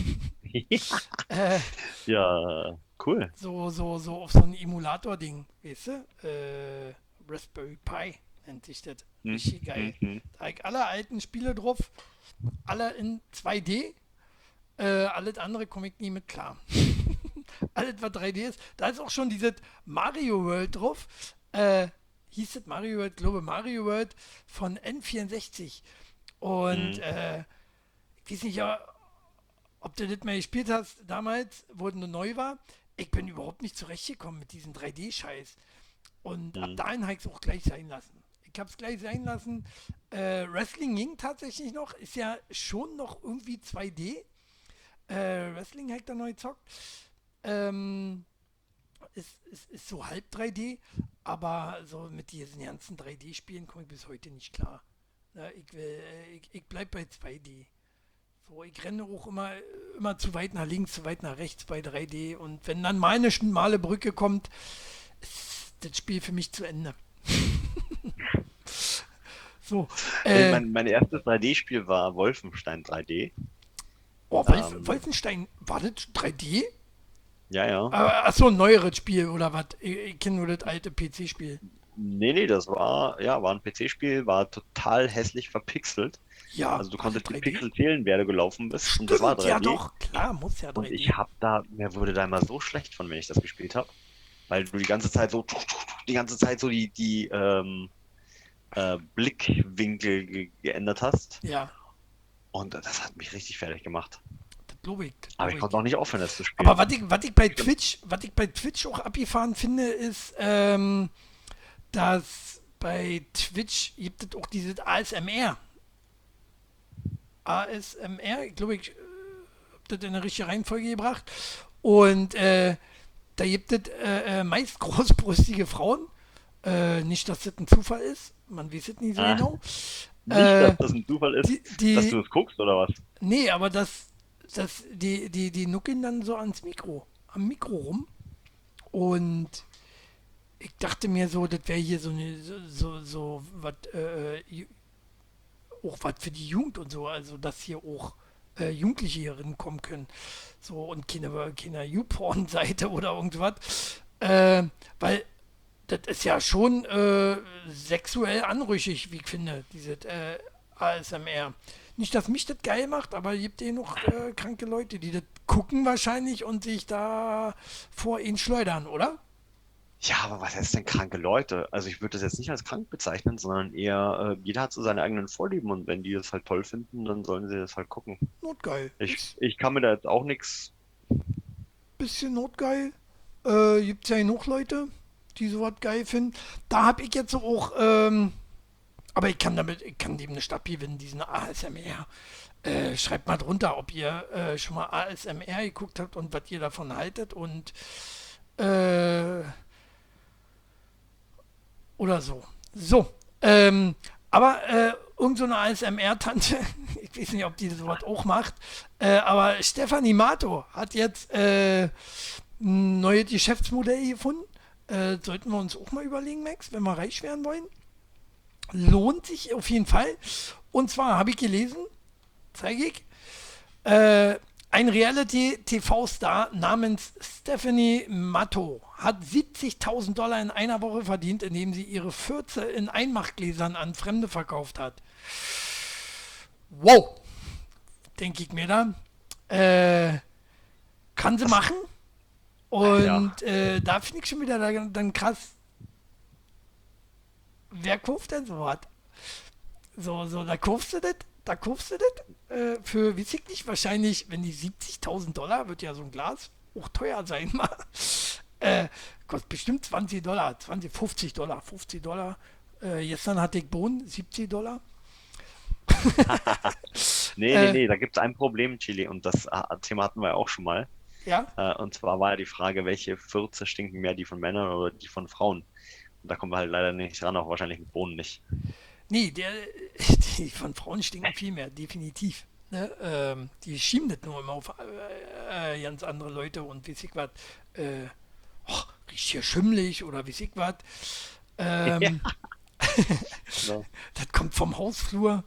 Äh, ja, cool. so auf so ein Emulator-Ding, weißt du? Raspberry Pi nennt sich das. Hm, Richtig geil. hm, hm. Da hab ich alle alten Spiele drauf, alle in 2D. Alles andere komme ich nie mit klar. Alles, was 3D ist. Da ist auch schon dieses Mario World drauf. Hieß das Mario World? Ich glaube Mario World von N64. Und Hm. ich weiß nicht, ja, ob du das mal gespielt hast damals, wo es nur neu war. Ich bin überhaupt nicht zurechtgekommen mit diesem 3D-Scheiß. Und ab Hm. dahin habe ich es auch gleich sein lassen. Ich habe es gleich sein lassen. Wrestling ging tatsächlich noch, ist ja schon noch irgendwie 2D. Wrestling habe ich da neu gezockt. Ähm, ist so halb 3D, aber so mit diesen ganzen 3D-Spielen komme ich bis heute nicht klar. Ich bleib bei 2D. So, ich renne auch immer zu weit nach links, zu weit nach rechts bei 3D und wenn dann mal eine schmale Brücke kommt, ist das Spiel für mich zu Ende. So, Mein erstes 3D-Spiel war Wolfenstein 3D. Ähm, Wolfenstein, war das 3D? ja, ja. Achso, ein neueres Spiel oder was? Ich kenne nur das alte PC-Spiel. Nee, das war ein PC-Spiel, war total hässlich verpixelt. Ja, Also du war das konntest die 3D? Pixel zählen, wer du gelaufen bist und das war Stimmt, ja 3D. doch, klar, muss ja Und 3D. mir wurde da immer so schlecht von, wenn ich das gespielt habe, weil du die ganze Zeit so die Blickwinkel geändert hast. Ja, Und das hat mich richtig fertig gemacht. das glaube ich, das Aber ich glaube konnte ich. auch nicht aufhören, das zu Aber spielen. Stimmt. was ich bei Twitch auch abgefahren finde, ist, dass bei Twitch gibt es auch dieses ASMR. ASMR, ich glaube, ich habe das in eine richtige Reihenfolge gebracht. Und da gibt es meist großbrüstige Frauen. Nicht, dass das ein Zufall ist. Man weiß es nicht so Ah, genau. nicht, dass Äh, das ein Zufall ist, dass die du es guckst, oder was? nee, aber die nuckeln dann so am Mikro rum. Und ich dachte mir so, das wäre hier so was, auch was für die Jugend und so, also dass hier auch Jugendliche hier kommen können. So und keine YouPorn-Seite oder irgendwas. Weil das ist ja schon sexuell anrüchig, wie ich finde, dieses ASMR. Nicht, dass mich das geil macht, aber es gibt eh noch kranke Leute, die das gucken wahrscheinlich und sich da vor ihnen schleudern, oder? Ja, aber was heißt denn kranke Leute? Also ich würde das jetzt nicht als krank bezeichnen, sondern eher, jeder hat so seine eigenen Vorlieben und wenn die das halt toll finden, dann sollen sie das halt gucken. Notgeil. Ich kann mir da jetzt auch nichts. Bisschen notgeil. Gibt's ja genug Leute, die sowas geil finden. Da habe ich jetzt so auch, aber ich kann dem eine Stadt gewinnen, diesen ASMR. Schreibt mal drunter, ob ihr schon mal ASMR geguckt habt und was ihr davon haltet und äh, oder so. So, aber irgend so eine ASMR-Tante, ich weiß nicht, ob die sowas auch macht, aber Stefanie Mato hat jetzt ein neues Geschäftsmodell gefunden. Sollten wir uns auch mal überlegen, Max, wenn wir reich werden wollen. Lohnt sich auf jeden Fall. Und zwar habe ich gelesen, zeige ich, ein Reality-TV-Star namens Stephanie Matto hat 70.000 Dollar in einer Woche verdient, indem sie ihre Fürze in Einmachgläsern an Fremde verkauft hat. Wow, denke ich mir dann. Kann sie Das, machen. ja. Und da finde ich schon wieder dann krass, wer kauft denn so was? Da kaufst du das für, weiß ich nicht, wahrscheinlich, wenn die 70.000 Dollar, wird ja so ein Glas auch teuer sein, mal. Kostet bestimmt 20 Dollar, 20, 50 Dollar, 50 Dollar. Gestern hatte ich Bohnen, 70 Dollar. Äh, Nee, da gibt es ein Problem, Chili, und das Thema hatten wir ja auch schon mal. ja, Und zwar war ja die Frage, welche Fürze stinken mehr, die von Männern oder die von Frauen? Und da kommen wir halt leider nicht ran, auch wahrscheinlich mit Bohnen nicht. nee, die von Frauen stinken viel mehr, definitiv. Ne? Die schieben das nur immer auf ganz andere Leute und weiß ich was. Äh, oh, riecht hier schimmelig oder weiß ich was. Ja, Ähm, genau. das kommt vom Hausflur.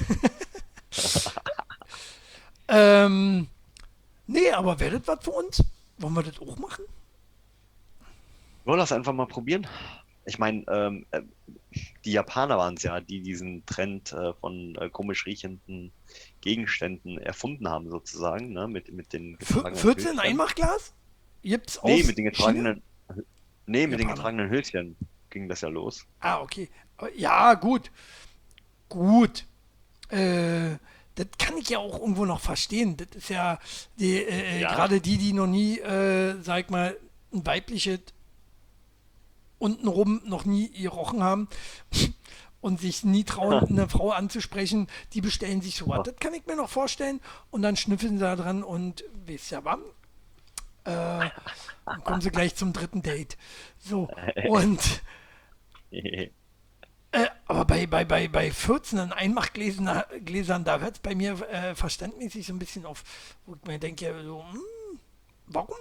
Ähm, nee, aber wäre das was für uns? Wollen wir das auch machen? Wollen wir das einfach mal probieren? Ich meine, die Japaner waren es ja, die diesen Trend von komisch riechenden Gegenständen erfunden haben, sozusagen, ne? Mit den getragenen 14 Höschen. Einmachglas? Gibt's Nee, aus China? mit den Japaner. getragenen Höschen ging das ja los. Ah, okay. Ja, gut. Gut. Äh, das kann ich ja auch irgendwo noch verstehen. Das ist ja Ja, gerade die noch nie, sag ich mal, ein weibliches untenrum noch nie gerochen haben und sich nie trauen, eine Frau anzusprechen, die bestellen sich sowas. Das kann ich mir noch vorstellen. Und dann schnüffeln sie da dran und wisst ja wann, dann kommen sie gleich zum dritten Date. So, und aber bei 14 Einmachgläsern, da hört es bei mir verständnismäßig so ein bisschen auf, wo ich mir denke, so, warum?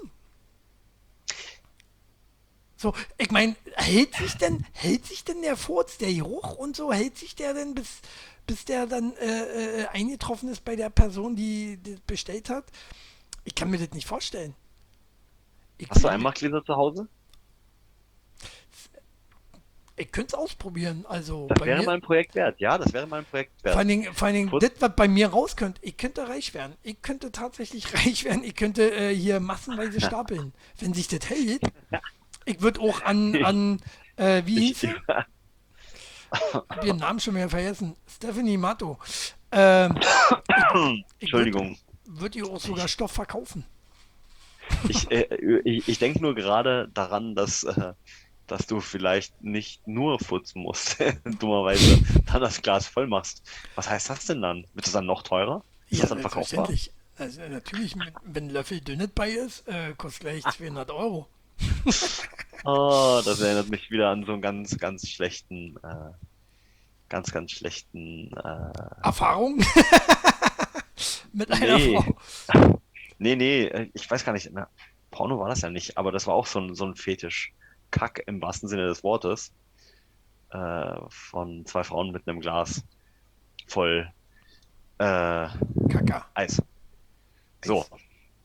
So, ich meine, hält sich denn der Furz, der Geruch und so, hält sich der denn bis der dann eingetroffen ist bei der Person, die das bestellt hat? Ich kann mir das nicht vorstellen. Ich hast du würde mir, Einmachgläser zu Hause? Ich könnte es ausprobieren. Also Das bei wäre mir, mal ein Projekt wert. Ja, das wäre mal ein Projekt vor wert. allen Dingen, Kurz, das, was bei mir raus könnte, ich könnte reich werden. Ich könnte tatsächlich reich werden. Ich könnte hier massenweise stapeln. Wenn sich das hält, ich würde auch ich, wie ich, hieß ich, sie? Hab ihren Namen schon wieder vergessen. Stephanie Matto. Ähm, ich ich würde Entschuldigung. würd ihr auch sogar Ich, Stoff verkaufen. ich denke nur gerade daran, dass du vielleicht nicht nur putzen musst, dummerweise dann das Glas voll machst. Was heißt das denn dann? Wird es dann noch teurer? Ist Ja, das dann verkaufbar? selbstverständlich. Also natürlich, wenn ein Löffel Dünnet bei ist, kostet gleich 200 Euro. Oh, das erinnert mich wieder an so einen ganz schlechten, Erfahrung mit einer nee, Frau. nee, ich weiß gar nicht, na, Porno war das ja nicht, aber das war auch so ein Fetisch. Kack im wahrsten Sinne des Wortes, von zwei Frauen mit einem Glas voll, äh, Kacker. Eis. So, Eis.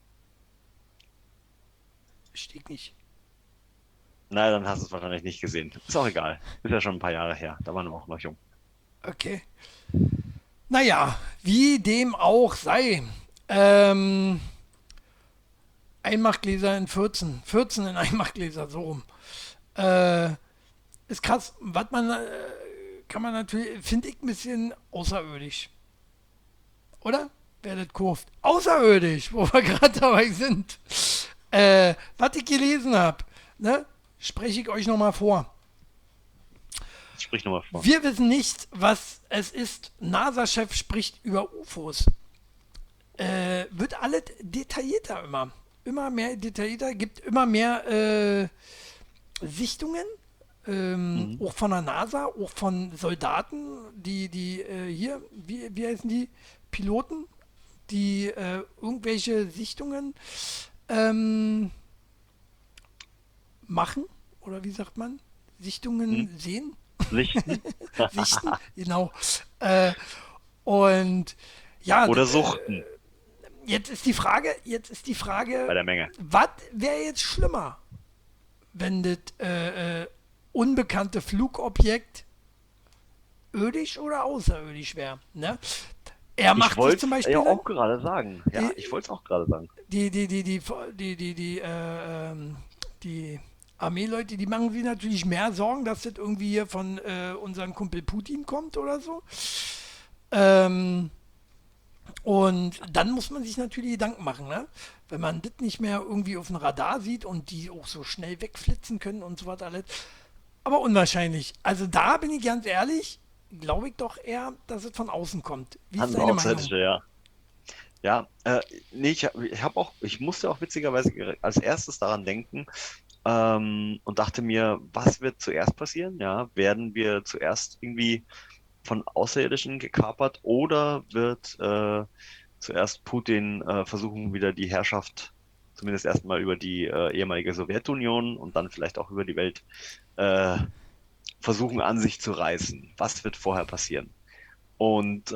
Steht nicht. na, dann hast du es wahrscheinlich nicht gesehen. Ist auch egal. Ist ja schon ein paar Jahre her. Da waren wir auch noch jung. Okay. Naja, wie dem auch sei. Ähm, Einmachgläser in 14. 14 in Einmachgläser, so rum. Äh, ist krass. Was man, kann man natürlich, finde ich ein bisschen außerirdisch. Oder? Wer das kauft. Außerirdisch, wo wir gerade dabei sind. Was ich gelesen habe, ne, spreche ich euch nochmal vor. Sprich nochmal vor. Wir wissen nicht, was es ist. NASA-Chef spricht über UFOs. Wird alles detaillierter immer. Immer mehr detaillierter, gibt immer mehr Sichtungen. Mhm. Auch von der NASA, auch von Soldaten, die hier, wie heißen die? Piloten, die irgendwelche Sichtungen ähm, machen. Oder wie sagt man? Mhm. Sichtungen sehen. Sichten Sichten, genau. Äh, und ja, oder Suchten jetzt ist die Frage, bei der Menge. was wäre jetzt schlimmer, wenn das unbekannte Flugobjekt irdisch oder außerirdisch wäre? Ne? Er Ich macht sich zum wollte es ja Beispiel auch gerade sagen. Ja, die, ich wollte es auch gerade sagen. die Armeeleute, die machen sich natürlich mehr Sorgen, dass das irgendwie hier von unserem Kumpel Putin kommt oder so. Ähm, und dann muss man sich natürlich Gedanken machen, ne? Wenn man das nicht mehr irgendwie auf dem Radar sieht und die auch so schnell wegflitzen können und so weiter alles. Aber unwahrscheinlich. Also da bin ich ganz ehrlich, glaube ich doch eher, dass es von außen kommt. Wie ist An deine Meinung? Außerirdische, ja. Ja, nee, ich musste auch witzigerweise als erstes daran denken, und dachte mir, was wird zuerst passieren? Ja, werden wir zuerst irgendwie von Außerirdischen gekapert oder wird zuerst Putin versuchen, wieder die Herrschaft, zumindest erstmal über die ehemalige Sowjetunion und dann vielleicht auch über die Welt, äh, versuchen an sich zu reißen? Was wird vorher passieren? Und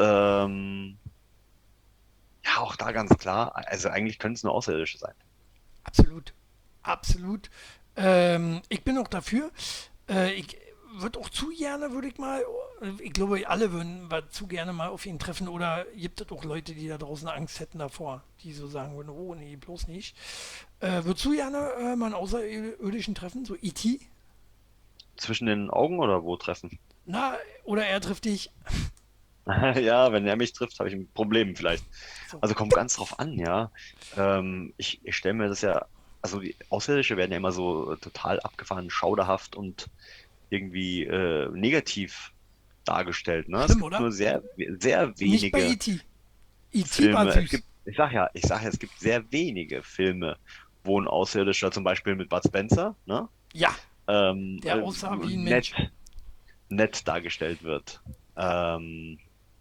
ja, auch da ganz klar, also eigentlich können es nur Außerirdische sein. Absolut. Absolut. Ich bin auch dafür. Ich würde auch zu gerne, würde ich mal, ich glaube, alle würden wir zu gerne mal auf ihn treffen oder gibt es auch Leute, die da draußen Angst hätten davor, die so sagen würden, oh nee, bloß nicht. Würdest du gerne mal einen Außerirdischen treffen, so E.T.? Zwischen den Augen oder wo treffen? Na, oder er trifft dich. Ja, wenn er mich trifft, habe ich ein Problem vielleicht. So. Also kommt ganz drauf an, ja. Ich stelle mir das ja, also die Außerirdische werden ja immer so total abgefahren, schauderhaft und irgendwie negativ dargestellt, ne? Es Schlimm, gibt oder? nur sehr Nicht bei wenige E.T. E.T. war Filme. süß. Ich sag ja, es gibt sehr wenige Filme, wo ein Außerirdischer zum Beispiel mit Bud Spencer, ne? Ja, Ähm, der äh, aussah wie ein nett, Mensch. nett dargestellt wird. Ähm,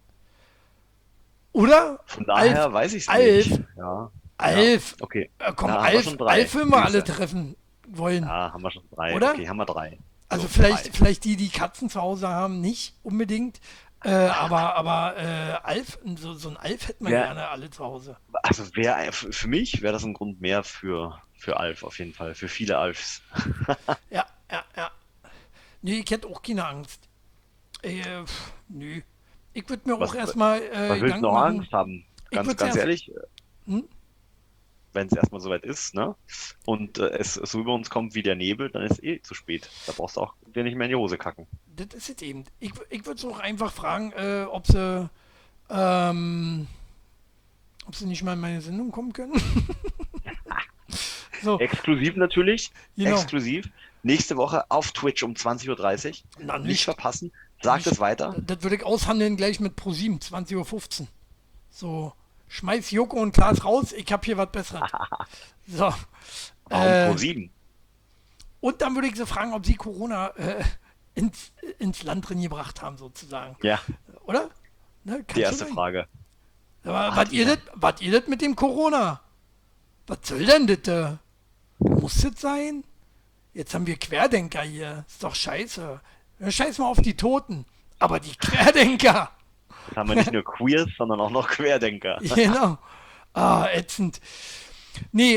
Oder? von Alf, daher weiß ich es nicht. Alf, Ja, ja, Alf. okay. Komm, Na, haben wir schon Alf drei. würden wir Siehst alle du? treffen wollen. Ja, haben wir schon drei. Oder? Okay, haben wir drei. Also So, drei. vielleicht die, die Katzen zu Hause haben, nicht unbedingt. Aber Alf, so ein Alf hätten wir Wer, gerne alle zu Hause. also für mich wäre das ein Grund mehr für Alf auf jeden Fall. Für viele Alfs. Ja, ja, ja. Nee, ich hätte auch keine Angst. Nö. Ich würde mir auch Was, erstmal was willst du Gedanken noch machen. Angst haben? Ich würde Ganz erst. ehrlich, Hm? wenn es erstmal soweit ist, ne? Und es so über uns kommt wie der Nebel, dann ist es eh zu spät. Da brauchst du auch dir nicht mehr in die Hose kacken. Das ist es eben. Ich würde es auch einfach fragen, ähm, ob sie nicht mal in meine Sendung kommen können. So, Exklusiv natürlich. genau. Exklusiv. Nächste Woche auf Twitch um 20:30 Uhr. Na, Nicht nicht. verpassen. Sagt es Nicht. weiter. Das würde ich aushandeln gleich mit ProSieben, 20:15 Uhr. So, schmeiß Joko und Klaas raus, ich habe hier was Besseres. So, Warum äh, Pro7? und dann würde ich sie fragen, ob sie Corona ins Land drin gebracht haben, sozusagen. Ja, Oder? Ne, die kann schon erste sein. Frage. Aber Hat ihr? was ihr das mit dem Corona? Was soll denn das? Muss das sein? Jetzt haben wir Querdenker hier. Ist doch scheiße. Scheiß mal auf die Toten. Aber die Querdenker. Jetzt haben wir nicht nur Queers, sondern auch noch Querdenker. Genau. Ah, ätzend. Nee,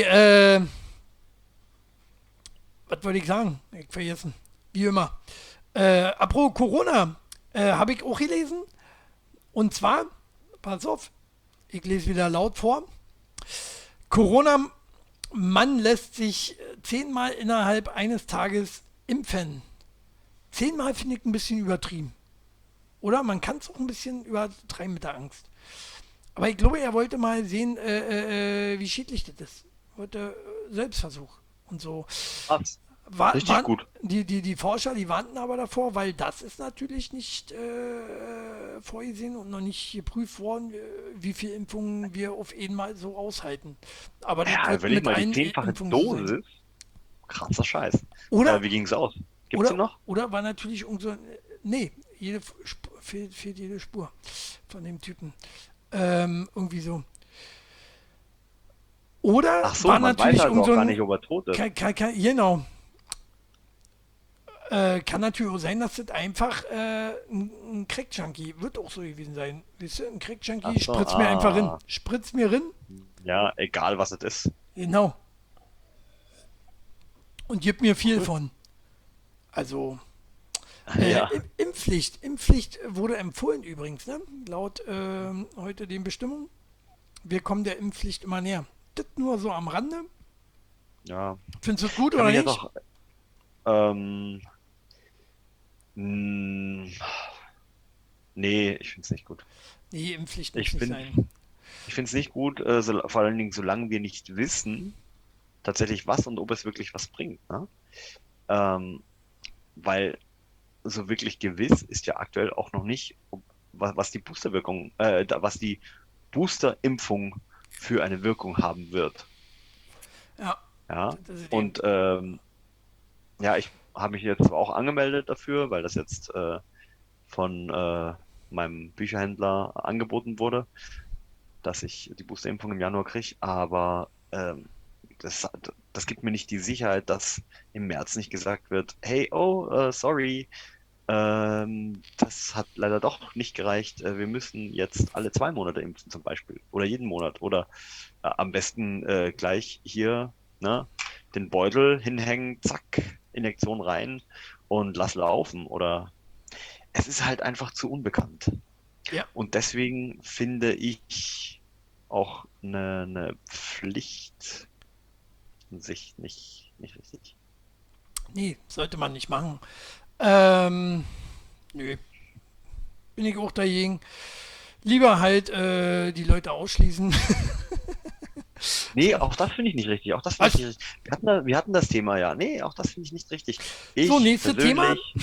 was wollte ich sagen? Ich vergessen. Wie immer. Apropos Corona, habe ich auch gelesen. Und zwar, pass auf, ich lese wieder laut vor. Corona, Mann lässt sich 10-mal innerhalb eines Tages impfen. 10-mal finde ich ein bisschen übertrieben. Oder man kann es auch ein bisschen übertreiben mit der Angst. Aber ich glaube, er wollte mal sehen, wie schädlich das ist. Wollte Selbstversuch und so. Was? War, Richtig waren, gut. die Forscher, die warnten aber davor, weil das ist natürlich nicht vorgesehen und noch nicht geprüft worden, wie viele Impfungen wir auf einmal so aushalten. Aber das Ja, wird überleg mit mal, die allen 10-fache Impfungen so sein. Dosis. Krasser Scheiß. Oder, Wie ging's aus? Gibt's den oder, noch? oder war natürlich irgend so, nee, fehlt jede Spur von dem Typen. Irgendwie so. Oder Ach so, war man weiß natürlich also irgend so auch gar ein, nicht, ob er tot ist. genau, kann natürlich auch sein, dass das einfach ein Crack-Junkie wird auch so gewesen sein. Weißt du, ein Ach Crack-Junkie so, spritzt mir einfach rin. ah. Spritzt mir rin, Ja, egal was es ist. genau. Und gibt mir viel Cool. von. Also, Ja. Impfpflicht wurde empfohlen übrigens, ne? Laut heute den Bestimmungen. Wir kommen der Impfpflicht immer näher. Das nur so am Rande. Ja. Findest du es gut Ich habe oder mich jetzt nicht? auch. Ähm, mh, nee, ich finde es nicht gut. Nee, Impfpflicht muss Ich nicht bin, sein. ich finde es nicht gut, vor allen Dingen, solange wir nicht wissen, tatsächlich was und ob es wirklich was bringt. Ne? Ähm, weil so wirklich gewiss ist ja aktuell auch noch nicht, was die Boosterwirkung, was die Boosterimpfung für eine Wirkung haben wird. Ja, Ja. das ist eben. Und ja, ich habe mich jetzt auch angemeldet dafür, weil das jetzt von meinem Bücherhändler angeboten wurde, dass ich die Boosterimpfung im Januar kriege. Aber das, das gibt mir nicht die Sicherheit, dass im März nicht gesagt wird, hey, oh, sorry, das hat leider doch nicht gereicht. Wir müssen jetzt alle 2 Monate impfen zum Beispiel. Oder jeden Monat. Oder am besten gleich hier, ne, den Beutel hinhängen, zack, Injektion rein und lass laufen. Oder es ist halt einfach zu unbekannt. Ja, Und deswegen finde ich auch eine Pflicht in sich nicht richtig. nee, sollte man nicht machen. Ähm, nö, bin ich auch dagegen. Lieber halt die Leute ausschließen. Nee, auch das finde ich nicht richtig. Auch das finde ich Was? nicht richtig. Wir hatten das Thema ja. Nee, auch das finde ich nicht richtig. So, Ich nächstes Thema. persönlich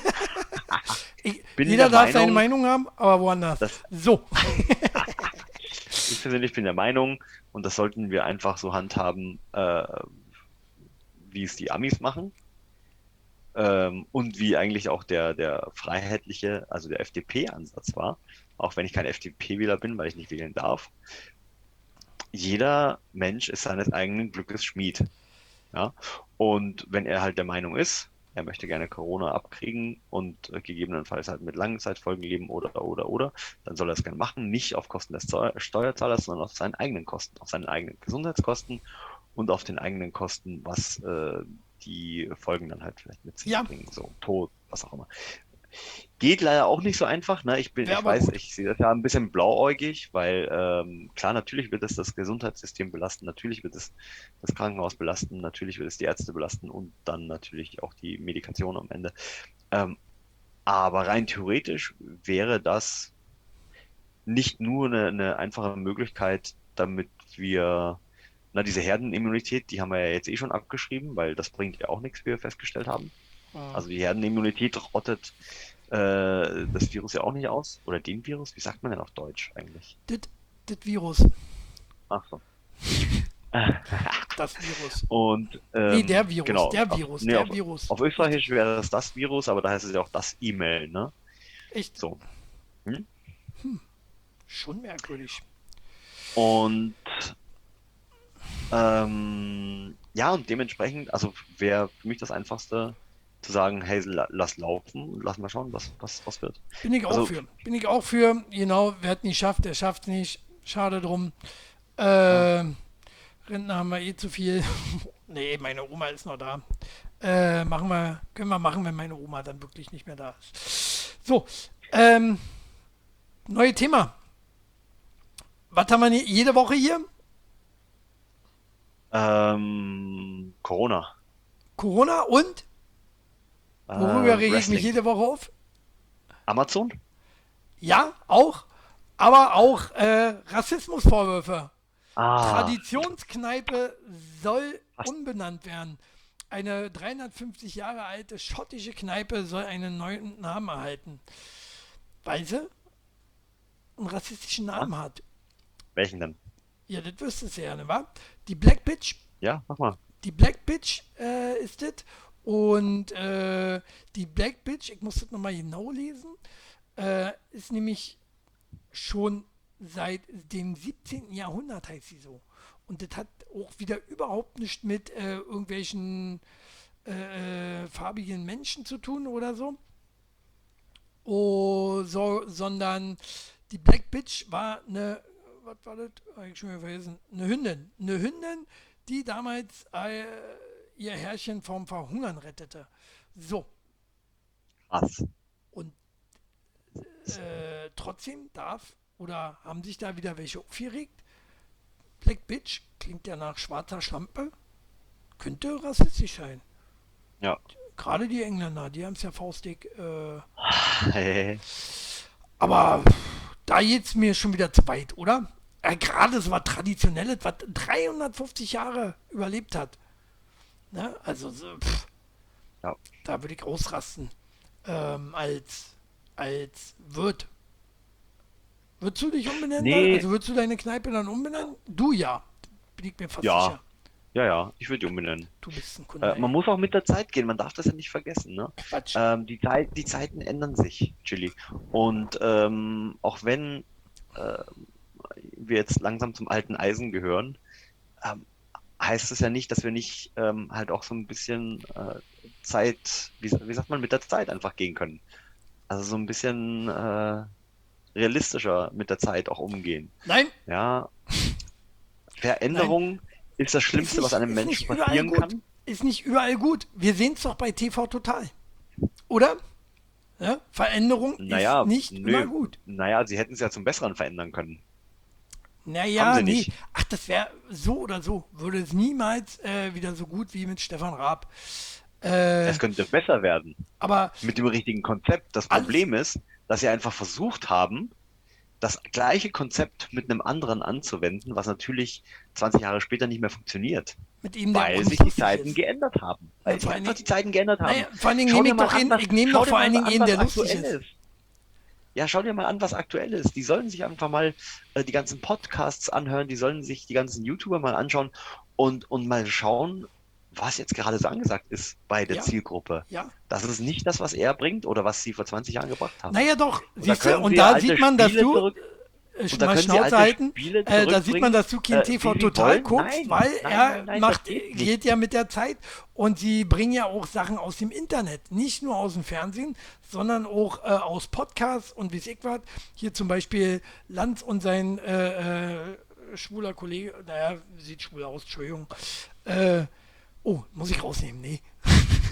bin Jeder der darf seine Meinung, Meinung haben, aber woanders. dass So. ich persönlich bin der Meinung, und das sollten wir einfach so handhaben, wie es die Amis machen, und wie eigentlich auch der freiheitliche, also der FDP-Ansatz war, auch wenn ich kein FDP-Wähler bin, weil ich nicht wählen darf. Jeder Mensch ist seines eigenen Glückes Schmied. Ja? Und wenn er halt der Meinung ist, er möchte gerne Corona abkriegen und gegebenenfalls halt mit Langzeitfolgen leben oder, dann soll er es gerne machen, nicht auf Kosten des Steuerzahlers, sondern auf seinen eigenen Kosten, auf seinen eigenen Gesundheitskosten und auf den eigenen Kosten, was die Folgen dann halt vielleicht mit sich Ja, bringen. So Tod, was auch immer. Geht leider auch nicht so einfach, ne? Ich Wäre aber weiß, gut. ich sehe das ja ein bisschen blauäugig, weil klar, natürlich wird es das Gesundheitssystem belasten, natürlich wird es das Krankenhaus belasten, natürlich wird es die Ärzte belasten und dann natürlich auch die Medikation am Ende. Ähm, aber rein theoretisch wäre das nicht nur eine einfache Möglichkeit, damit wir, na, diese Herdenimmunität, die haben wir ja jetzt eh schon abgeschrieben, weil das bringt ja auch nichts, wie wir festgestellt haben. Ja. Also die Herdenimmunität rottet das Virus ja auch nicht aus. Oder den Virus? Wie sagt man denn auf Deutsch eigentlich? Das Virus. Ach so. Das Virus. Und Nee, der Virus. genau, Der Virus. nee, Der Virus. auf Österreichisch wäre das Virus, aber da heißt es ja auch das E-Mail, ne? Echt So. Hm? schon merkwürdig. Und ja, und dementsprechend, also wäre für mich das Einfachste zu sagen, hey, lass laufen, lass mal schauen, was wird. Bin ich auch Also, für. Bin ich auch für. Genau, wer hat nicht schafft, der schafft nicht. Schade drum. ja, Rentner haben wir eh zu viel. Nee, meine Oma ist noch da. Können wir machen, wenn meine Oma dann wirklich nicht mehr da ist. So, neue Thema. Was haben wir jede Woche hier? Corona, Corona und worüber rege ich mich Wrestling, jede Woche auf? Amazon? Ja, auch. Aber auch Rassismusvorwürfe. Ah, Traditionskneipe soll fast. umbenannt werden. Eine 350 Jahre alte schottische Kneipe soll einen neuen Namen erhalten, weil sie einen rassistischen Ah, Namen hat. welchen denn? Ja, das wüsstest du ja, ne, wa? Die Black Bitch, Ja, mach mal. die Black Bitch ist das. Und die Black Bitch, ich muss das nochmal genau lesen, ist nämlich schon seit dem 17. Jahrhundert heißt sie so. Und das hat auch wieder überhaupt nichts mit irgendwelchen farbigen Menschen zu tun oder so. Sondern die Black Bitch war eine, was war das? Hab ich schon wieder vergessen. Eine Hündin. Eine Hündin, die damals ihr Herrchen vom Verhungern rettete. So. Krass. Und trotzdem darf oder haben sich da wieder welche aufgeregt. Black Bitch klingt ja nach schwarzer Schlampe. Könnte rassistisch sein. Ja. Gerade die Engländer, die haben es ja faustig. Hey. Aber da geht's mir schon wieder zu weit, oder? Gerade so was Traditionelles, was 350 Jahre überlebt hat. Ne? Also, Ja. da würde ich ausrasten. Als Wirt. Würdest du dich umbenennen dann? Nee, Also würdest du deine Kneipe dann umbenennen? Du ja. Bin ich mir fast ja, sicher. ja, ich würde die umbenennen. Du bist ein Kunde, Man ey. muss auch mit der Zeit gehen, man darf das ja nicht vergessen, ne? Quatsch. Die Zeiten ändern sich, Chili. Und auch wenn wir jetzt langsam zum alten Eisen gehören, ähm, heißt es ja nicht, dass wir nicht halt auch so ein bisschen Zeit, wie sagt man, mit der Zeit einfach gehen können. Also so ein bisschen realistischer mit der Zeit auch umgehen. Nein, Ja, nein. Veränderung ist das Schlimmste, was einem Ist nicht Menschen überall passieren gut. kann. Ist nicht überall gut. Wir sehen es doch bei TV Total. Oder? Ja? Veränderung ist Naja, nicht immer nö. gut. Naja, sie hätten es ja zum Besseren verändern können. Haben Naja, sie nee. nicht. Ach, das wäre so oder so. Würde es niemals wieder so gut wie mit Stefan Raab. Äh, Es könnte besser werden aber mit dem richtigen Konzept. Das alles Problem ist, dass sie einfach versucht haben, das gleiche Konzept mit einem anderen anzuwenden, was natürlich 20 Jahre später nicht mehr funktioniert, mit ihm, der weil sich die unlustig Zeiten ist. geändert haben. Na, Weil vor sich allen einfach Dingen, die Zeiten geändert haben. naja, vor allen Dingen Schau nehme dir ich mal doch an, ihn, was, ich nehme schau doch dir vor mal allen Dingen an, ihn, was der lustig aktuell ist. ist. Ja, schau dir mal an, was aktuell ist. Die sollen sich einfach mal die ganzen Podcasts anhören, die sollen sich die ganzen YouTuber mal anschauen und mal schauen, was jetzt gerade so angesagt ist bei der Ja, Zielgruppe. ja. Das ist nicht das, was er bringt oder was sie vor 20 Jahren gebracht haben. Naja, doch, Und da siehst du, können und sie da alte sieht man, dass Spiele du zurück, und da mal können sie Schnauze alte halten. Spiele Da sieht man, zurückbringen, dass du kein TV wie sie Total wollen. guckst, Nein, weil nein, er nein, nein, das geht geht nicht. ja mit der Zeit und sie bringen ja auch Sachen aus dem Internet, nicht nur aus dem Fernsehen, sondern auch aus Podcasts und wie ich was. Hier zum Beispiel Lanz und sein schwuler Kollege, naja, sieht schwul aus, Entschuldigung. Äh, oh, muss ich rausnehmen, nee.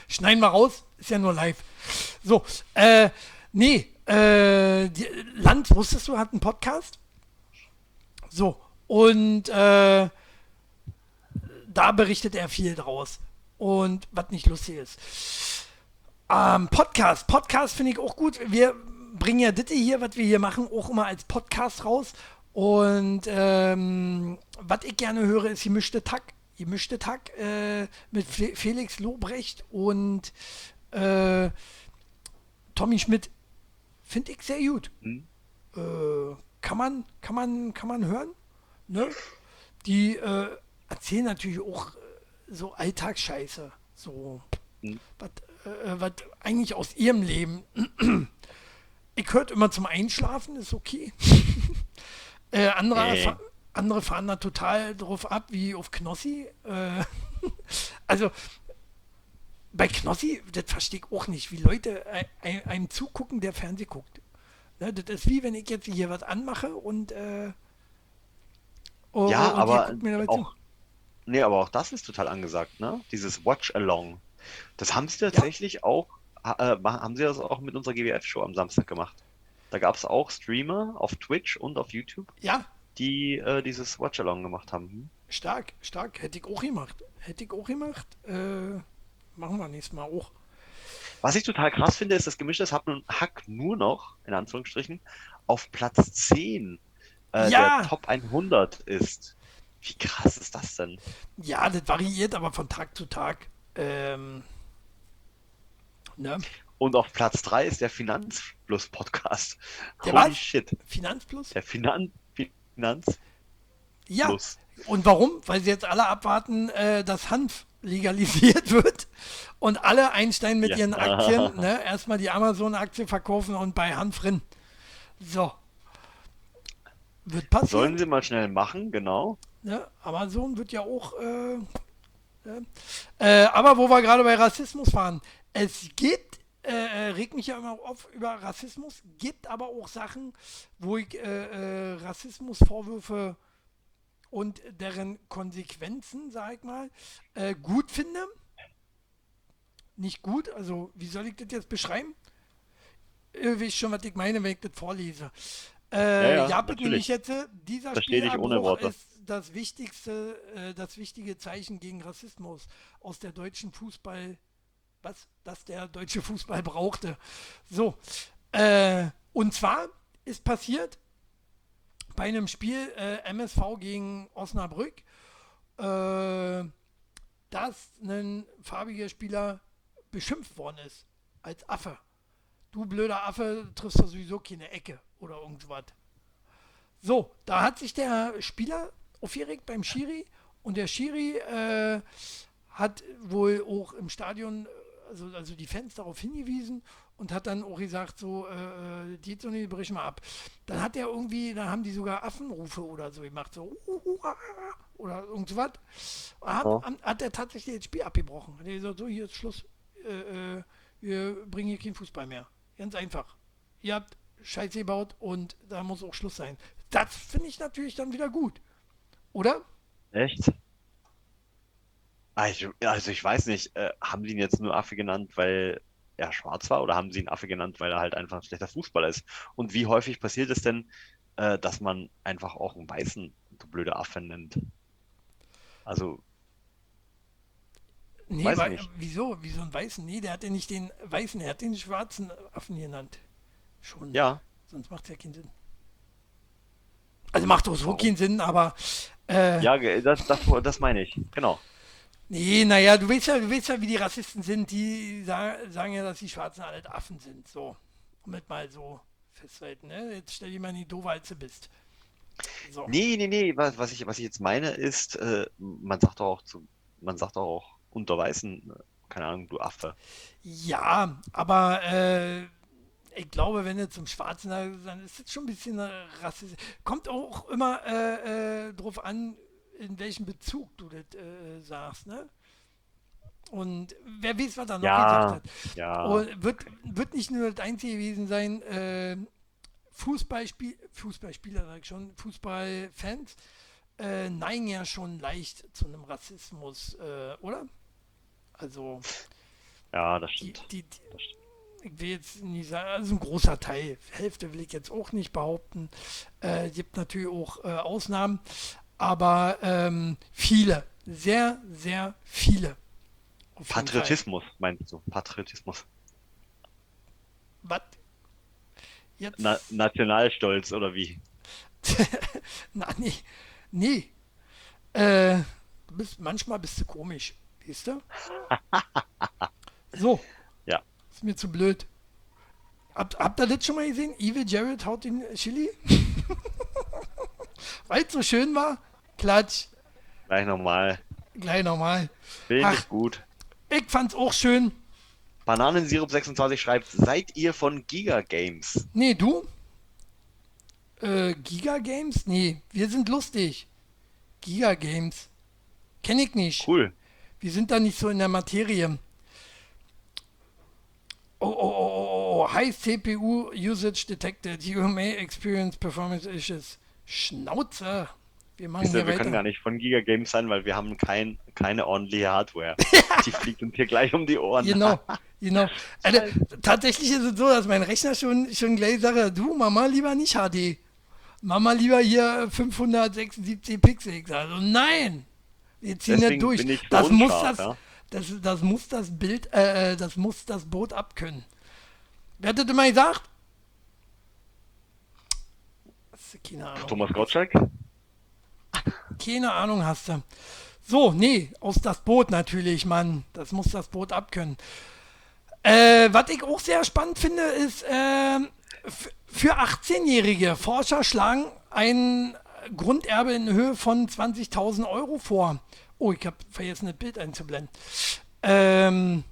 Schneiden wir raus, ist ja nur live. So, Land, wusstest du, hat einen Podcast? So, und da berichtet er viel draus. Und was nicht lustig ist. Podcast finde ich auch gut. Wir bringen ja das hier, was wir hier machen, auch immer als Podcast raus. Und was ich gerne höre, ist Gemischte Tack. Gemischte Tack mit Felix Lobrecht und Tommy Schmidt. Finde ich sehr gut. Hm? Kann man hören. Ne? Die erzählen natürlich auch so Alltagsscheiße. So, Hm? was eigentlich aus ihrem Leben. Ich höre immer zum Einschlafen, ist okay. Andere fahren da total drauf ab, wie auf Knossi. Also bei Knossi, das verstehe ich auch nicht, wie Leute einem zugucken, der Fernsehen guckt. Ne, das ist wie wenn ich jetzt hier was anmache und Ja, und ihr aber guckt mir dabei zu. auch, nee, aber auch das ist total angesagt, ne? Dieses Watch-Along. Das haben sie Ja, tatsächlich auch, haben sie das auch mit unserer GWF-Show am Samstag gemacht. Da gab es auch Streamer auf Twitch und auf YouTube, ja, die dieses Watch-Along gemacht haben. Hm? stark. Hätte ich auch gemacht. Machen wir nächstes Mal auch. Was ich total krass finde, ist, dass gemischtes Hack nur noch, in Anführungsstrichen, auf Platz 10 der Ja, Top 100 ist. Wie krass ist das denn? ja, das variiert aber von Tag zu Tag. Ne? Und auf Platz 3 ist der Finanzfluss-Podcast. Der Holy was? shit. Finanzplus? Der Finanzfluss. Ja. Und warum? Weil sie jetzt alle abwarten, dass Hanf legalisiert wird und alle einsteigen mit Ja. ihren Aktien. Ne? Erstmal die Amazon-Aktie verkaufen und bei Hanf drin. So, wird Sollen passieren. sie mal schnell machen, genau. Ne? Amazon wird ja auch. Ne? Aber wo wir gerade bei Rassismus waren, es geht, regt mich ja immer auf über Rassismus, gibt aber auch Sachen, wo ich Rassismusvorwürfe und deren Konsequenzen, sag ich mal, gut finde. Nicht gut, also wie soll ich das jetzt beschreiben? Ihr wisst schon, was ich meine, wenn ich das vorlese. Ja, ja, Ja, bitte nämlich natürlich. jetzt, dieser Verstehe dich ohne Spielabbruch Worte. ist das wichtige Zeichen gegen Rassismus aus der deutschen Fußball, das der deutsche Fußball brauchte. So, und zwar ist passiert bei einem Spiel MSV gegen Osnabrück, äh, dass ein farbiger Spieler beschimpft worden ist als Affe. Du blöder Affe, triffst doch sowieso keine Ecke oder irgendwas. So, da hat sich der Spieler aufgeregt beim Schiri und der Schiri hat wohl auch im Stadion, also die Fans darauf hingewiesen und hat dann auch gesagt, so, die so nicht, brich mal ab. Dann hat er irgendwie, dann haben die sogar Affenrufe oder so gemacht, so, oder irgendwas. Ja. Hat er tatsächlich das Spiel abgebrochen. Hat er gesagt, so, hier ist Schluss, wir bringen hier keinen Fußball mehr. Ganz einfach. Ihr habt Scheiße gebaut und da muss auch Schluss sein. Das finde ich natürlich dann wieder gut. Oder? Echt? Also ich weiß nicht, haben sie ihn jetzt nur Affe genannt, weil er schwarz war, oder haben sie ihn Affe genannt, weil er halt einfach ein schlechter Fußballer ist? Und wie häufig passiert es denn, dass man einfach auch einen Weißen du blöde Affe nennt? Also, Nee, weiß ich nicht. wieso? Wieso ein Weißen? Nee, der hat ja nicht den Weißen, er hat den schwarzen Affen genannt. Schon. Ja, Sonst macht es ja keinen Sinn. Also macht auch so warum? keinen Sinn, aber äh, Ja, das meine ich. Genau. nee, naja, du weißt ja, wie die Rassisten sind, die sagen ja, dass die Schwarzen alle Affen sind. So. Um es mal so festzuhalten, ne? Jetzt stell dir mal die doof, als du bist. So. Nee. Was ich jetzt meine ist, man sagt doch auch unter Weißen, keine Ahnung, du Affe. Ja, aber ich glaube, wenn du zum Schwarzen, dann ist das schon ein bisschen rassistisch. Kommt auch immer drauf an, in welchem Bezug du das sagst, ne? Und wer weiß, was er noch gesagt Ja, hat. ja. Und wird nicht nur das Einzige gewesen sein, Fußballspieler, sag ich schon, Fußballfans neigen ja schon leicht zu einem Rassismus, oder? Also, Ja, das Die, stimmt. die, die, Das stimmt. ich will jetzt nicht sagen, also ein großer Teil. Hälfte will ich jetzt auch nicht behaupten. Gibt natürlich auch Ausnahmen, aber viele, sehr, sehr viele. Auf jeden Fall. Patriotismus, meinst du? Patriotismus. Was Na jetzt? Nationalstolz oder wie? Na, nee, nee. Äh, manchmal bist du komisch, weißt du? So, Ja. ist mir zu blöd. Habt ihr das schon mal gesehen? Evil Jared haut den Chili? Weil es so schön war? Klatsch, Gleich nochmal. gleich nochmal. Finde Ach, ich gut. ich fand's auch schön. Bananensirup26 schreibt, seid ihr von Giga Games? Nee, du? Giga Games? Nee, wir sind lustig. Giga Games. Kenn ich nicht. Cool. Wir sind da nicht so in der Materie. High CPU usage detected. You may experience performance issues. Schnauze. Wir machen Siehst du, hier wir können weiter. gar nicht von Giga Games sein, weil wir haben keine ordentliche Hardware. Die fliegt uns hier gleich um die Ohren. Genau, genau. Also, Scheiße. tatsächlich ist es so, dass mein Rechner schon gleich sagt, du Mama lieber nicht HD. Mama lieber hier 576 Pixel. Ich sage so, nein, wir ziehen das Deswegen durch. bin ich so Das muss unscharf, das, ja. das muss das Bild, das muss das Boot abkönnen. Wer hat das immer gesagt? Keine Ahnung. Thomas Gottschalk? Keine Ahnung hast du. So, nee, aus das Boot natürlich, Mann. Das muss das Boot abkönnen. Was ich auch sehr spannend finde, ist, für 18-Jährige Forscher schlagen ein Grunderbe in Höhe von 20.000 Euro vor. Oh, ich habe vergessen, das Bild einzublenden. Ähm,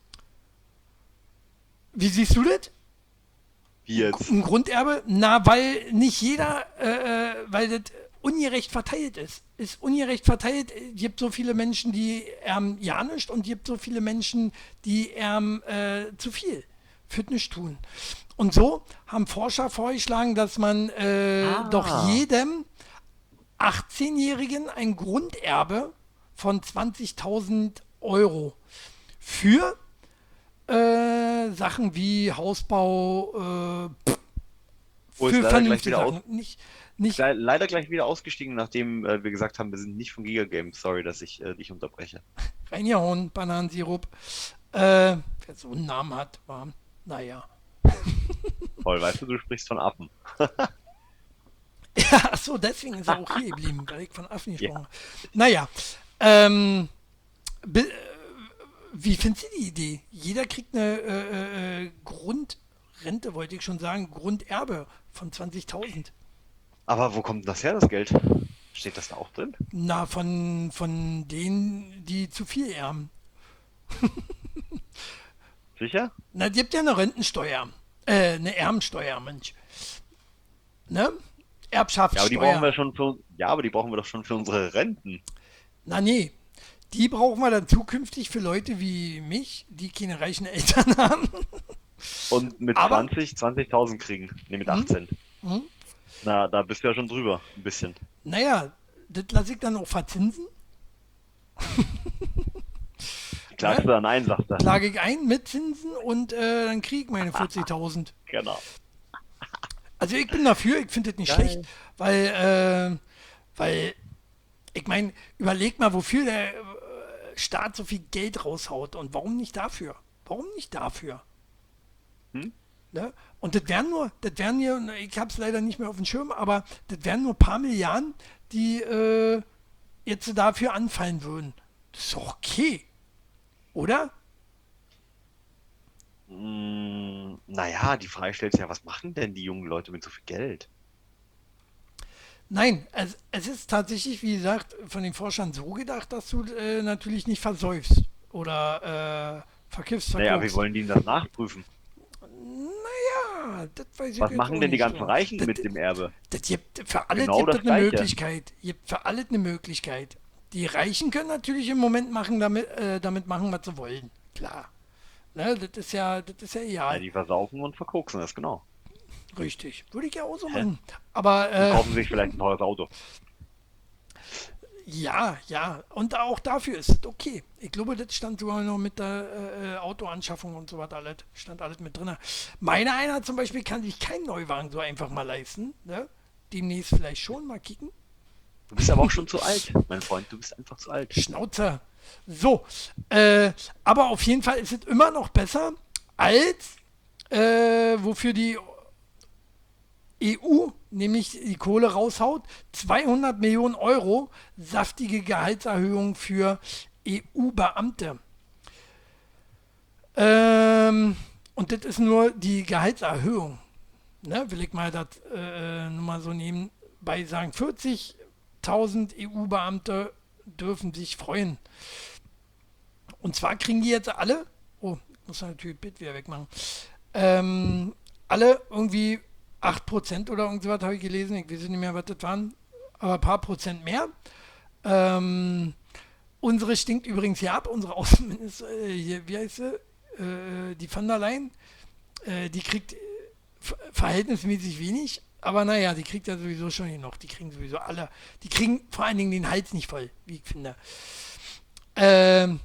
wie siehst du das? Wie jetzt? Ein Grunderbe? Na, weil nicht jeder, weil das ungerecht verteilt ist. Ist ungerecht verteilt. Es gibt so viele Menschen, die ja nicht und es gibt so viele Menschen, die zu viel für nichts tun. Und so haben Forscher vorgeschlagen, dass man doch Ah. jedem 18-Jährigen ein Grunderbe von 20.000 Euro für Sachen wie Hausbau, Wo ist für leider gleich vernünftige wieder Sachen. Nicht, leider gleich wieder ausgestiegen, nachdem wir gesagt haben, wir sind nicht von Giga Games. Sorry, dass ich dich unterbreche. reingehauen, Bananensirup. Wer so einen Namen hat, war, naja. Toll, weißt du, du sprichst von Affen. Ja, ach so, deswegen ist er auch hier geblieben, weil ich von Affen Ja. gesprochen habe. Naja, ähm, bi- wie findest du die Idee? Jeder kriegt eine Grundrente, wollte ich schon sagen, Grunderbe von 20.000. Aber wo kommt das her, das Geld? Steht das da auch drin? Na, von denen, die zu viel erben. Sicher? Na, es gibt ja eine Rentensteuer. Eine Erbensteuer, Mensch. Ne? Ja, aber die brauchen Erbschaftssteuer. wir schon für, ja, aber die brauchen wir doch schon für unsere Renten. Na, nee. Die brauchen wir dann zukünftig für Leute wie mich, die keine reichen Eltern haben. Und mit Aber, 20.000 kriegen. Nee, mit hm, 18. hm, Na, da bist du ja schon drüber. Ein bisschen. naja, das lasse ich dann auch verzinsen. Klagst Ne? du dann ein, sagt er. Klage ich ein mit Zinsen und dann kriege ich meine 40.000. Genau. Also ich bin dafür, ich finde das nicht schlecht, Geil. weil ich meine, überleg mal, wofür der Staat so viel Geld raushaut und warum nicht dafür? Warum nicht dafür? Hm? Ne? Und das wären ja, ich habe es leider nicht mehr auf dem Schirm, aber das wären nur ein paar Milliarden, die jetzt dafür anfallen würden. Das ist doch okay, oder? Naja, die Frage stellt sich ja, was machen denn die jungen Leute mit so viel Geld? Nein, es ist tatsächlich, wie gesagt, von den Forschern so gedacht, dass du natürlich nicht versäufst oder verkiffst, Naja, wie verkokst. wollen die denn das nachprüfen? Naja, das weiß ich Was jetzt machen auch denn die nicht. ganzen Aber Reichen das, mit dem Erbe? das gibt, für alles Genau gibt es das eine Gleiche. Möglichkeit. Gibt für alles eine Möglichkeit. Die Reichen können natürlich im Moment machen, damit machen, was sie wollen. Klar. Ne, das ist ja Ja, egal. die versaufen und verkoksen das, genau. Richtig. Würde ich ja auch so Hä? machen. Aber Und kaufen sich vielleicht ein teures Auto. Ja, ja, und auch dafür ist es okay. Ich glaube, das stand sogar noch mit der Autoanschaffung und so was alles, stand alles mit drin. Meine einer zum Beispiel kann sich keinen Neuwagen so einfach mal leisten. Ne? Demnächst vielleicht schon, mal kicken. Du bist aber auch schon zu alt, mein Freund. Du bist einfach zu alt. Schnauzer. So, aber auf jeden Fall ist es immer noch besser, als wofür die EU nämlich die Kohle raushaut. 200 Millionen Euro saftige Gehaltserhöhung für EU-Beamte. Und das ist nur die Gehaltserhöhung. Ne? Will ich mal das nur mal so nebenbei sagen. 40.000 EU-Beamte dürfen sich freuen. Und zwar kriegen die jetzt alle, oh, ich muss natürlich Bild wieder wegmachen, alle irgendwie 8% oder irgendwas habe ich gelesen, ich weiß nicht mehr, was das waren, aber ein paar Prozent mehr. Ähm, unsere stinkt übrigens hier ab, unsere Außenministerin, hier, wie heißt sie? Die van der Leyen, die kriegt verhältnismäßig wenig, aber naja, die kriegt ja sowieso schon hier noch, die kriegen sowieso alle, die kriegen vor allen Dingen den Hals nicht voll, wie ich finde. Ähm,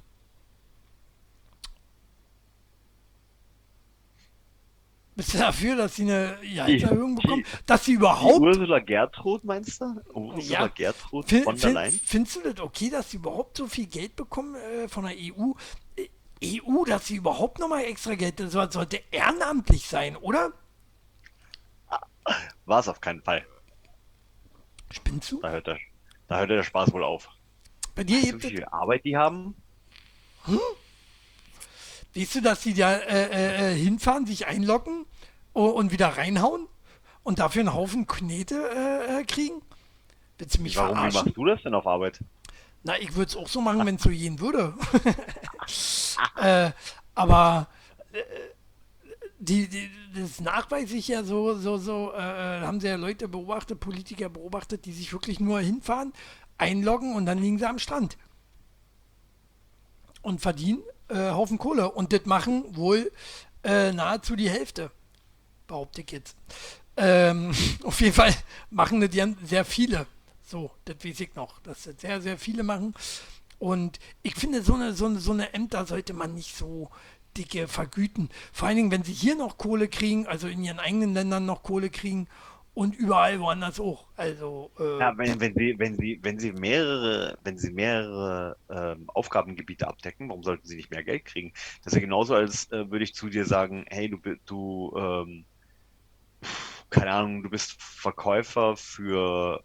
Bist du dafür, dass sie eine Die, Gehaltserhöhung bekommen? die, Dass sie die überhaupt, Ursula Gertrud, meinst du? Ursula ja, Gertrud von der Leyen? findest du das okay, dass sie überhaupt so viel Geld bekommen von der EU? EU, dass sie überhaupt nochmal extra Geld, das sollte ehrenamtlich sein, oder? War es auf keinen Fall. Spinnst du? Da hört der, da hört der Spaß wohl auf. Bei dir Weißt du, gibt wie es, viel Arbeit die haben? siehst du, dass sie da hinfahren, sich einloggen und wieder reinhauen und dafür einen Haufen Knete kriegen? Willst du mich Warum, wie verarschen? machst du das denn auf Arbeit? Na, ich würde es auch so machen, wenn es so gehen würde. Aber das ist nachweislich ja haben sie ja Leute beobachtet, Politiker beobachtet, die sich wirklich nur hinfahren, einloggen und dann liegen sie am Strand und verdienen Haufen Kohle. Und das machen wohl nahezu die Hälfte, behaupte ich jetzt. Auf jeden Fall machen das ja sehr viele. So, das weiß ich noch, dass das sehr, sehr viele machen. Und ich finde, so eine Ämter sollte man nicht so dicke vergüten. Vor allen Dingen, wenn sie hier noch Kohle kriegen, also in ihren eigenen Ländern noch Kohle kriegen und überall woanders auch. Also, Ja, wenn sie mehrere Aufgabengebiete abdecken, warum sollten sie nicht mehr Geld kriegen? Das ist ja genauso, als würde ich zu dir sagen, hey, keine Ahnung, du bist Verkäufer für,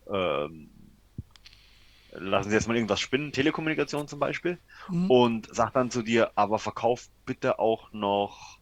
lassen Sie jetzt mal irgendwas spinnen, Telekommunikation zum Beispiel, hm, und sag dann zu dir, aber verkauf bitte auch noch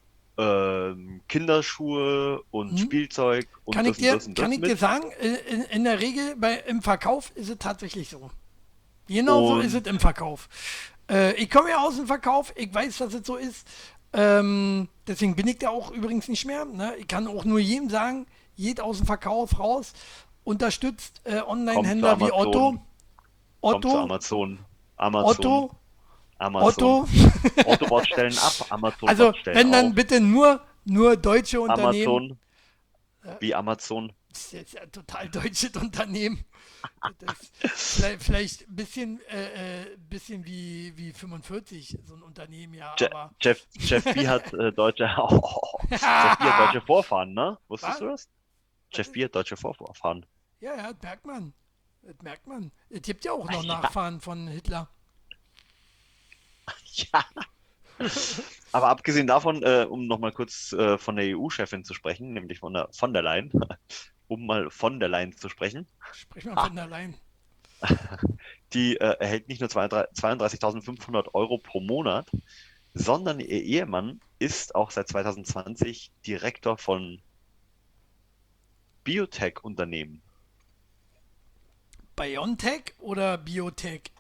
Kinderschuhe und hm. Spielzeug Kann und ich das und dir, das und kann das ich dir mit. sagen, in der Regel im Verkauf ist es tatsächlich so. Genau so ist es Und im Verkauf. Ich komme ja aus dem Verkauf, ich weiß, dass es so ist. Deswegen bin ich da auch übrigens nicht mehr. Ne? Ich kann auch nur jedem sagen, geht aus dem Verkauf raus, unterstützt kommt zu Online-Händler wie Otto, Amazon, kommt zu Otto, Amazon, Amazon, Otto, Amazon. Otto. Otto stellen ab, Amazon Also stellen wenn dann auf. bitte nur deutsche Unternehmen. Amazon, wie Amazon. Das ist jetzt ja ein total deutsches Unternehmen. Das ist vielleicht ein bisschen wie 45, so ein Unternehmen, ja, Je aber. Jeff B hat Jeff B hat deutsche Vorfahren, ne? Wusstest Was? du das? Was Jeff ist? B hat deutsche Vorfahren. Ja, ja, das merkt man. Das merkt man. Es gibt ja auch noch Ja, Nachfahren von Hitler. ja. Aber abgesehen davon, um nochmal kurz von der EU-Chefin zu sprechen, nämlich von der Leyen, um mal von der Leyen zu sprechen, Sprich mal ha, von der Leyen. die erhält nicht nur 32.500 Euro pro Monat, sondern ihr Ehemann ist auch seit 2020 Direktor von Biotech-Unternehmen. BioNTech oder Biotech?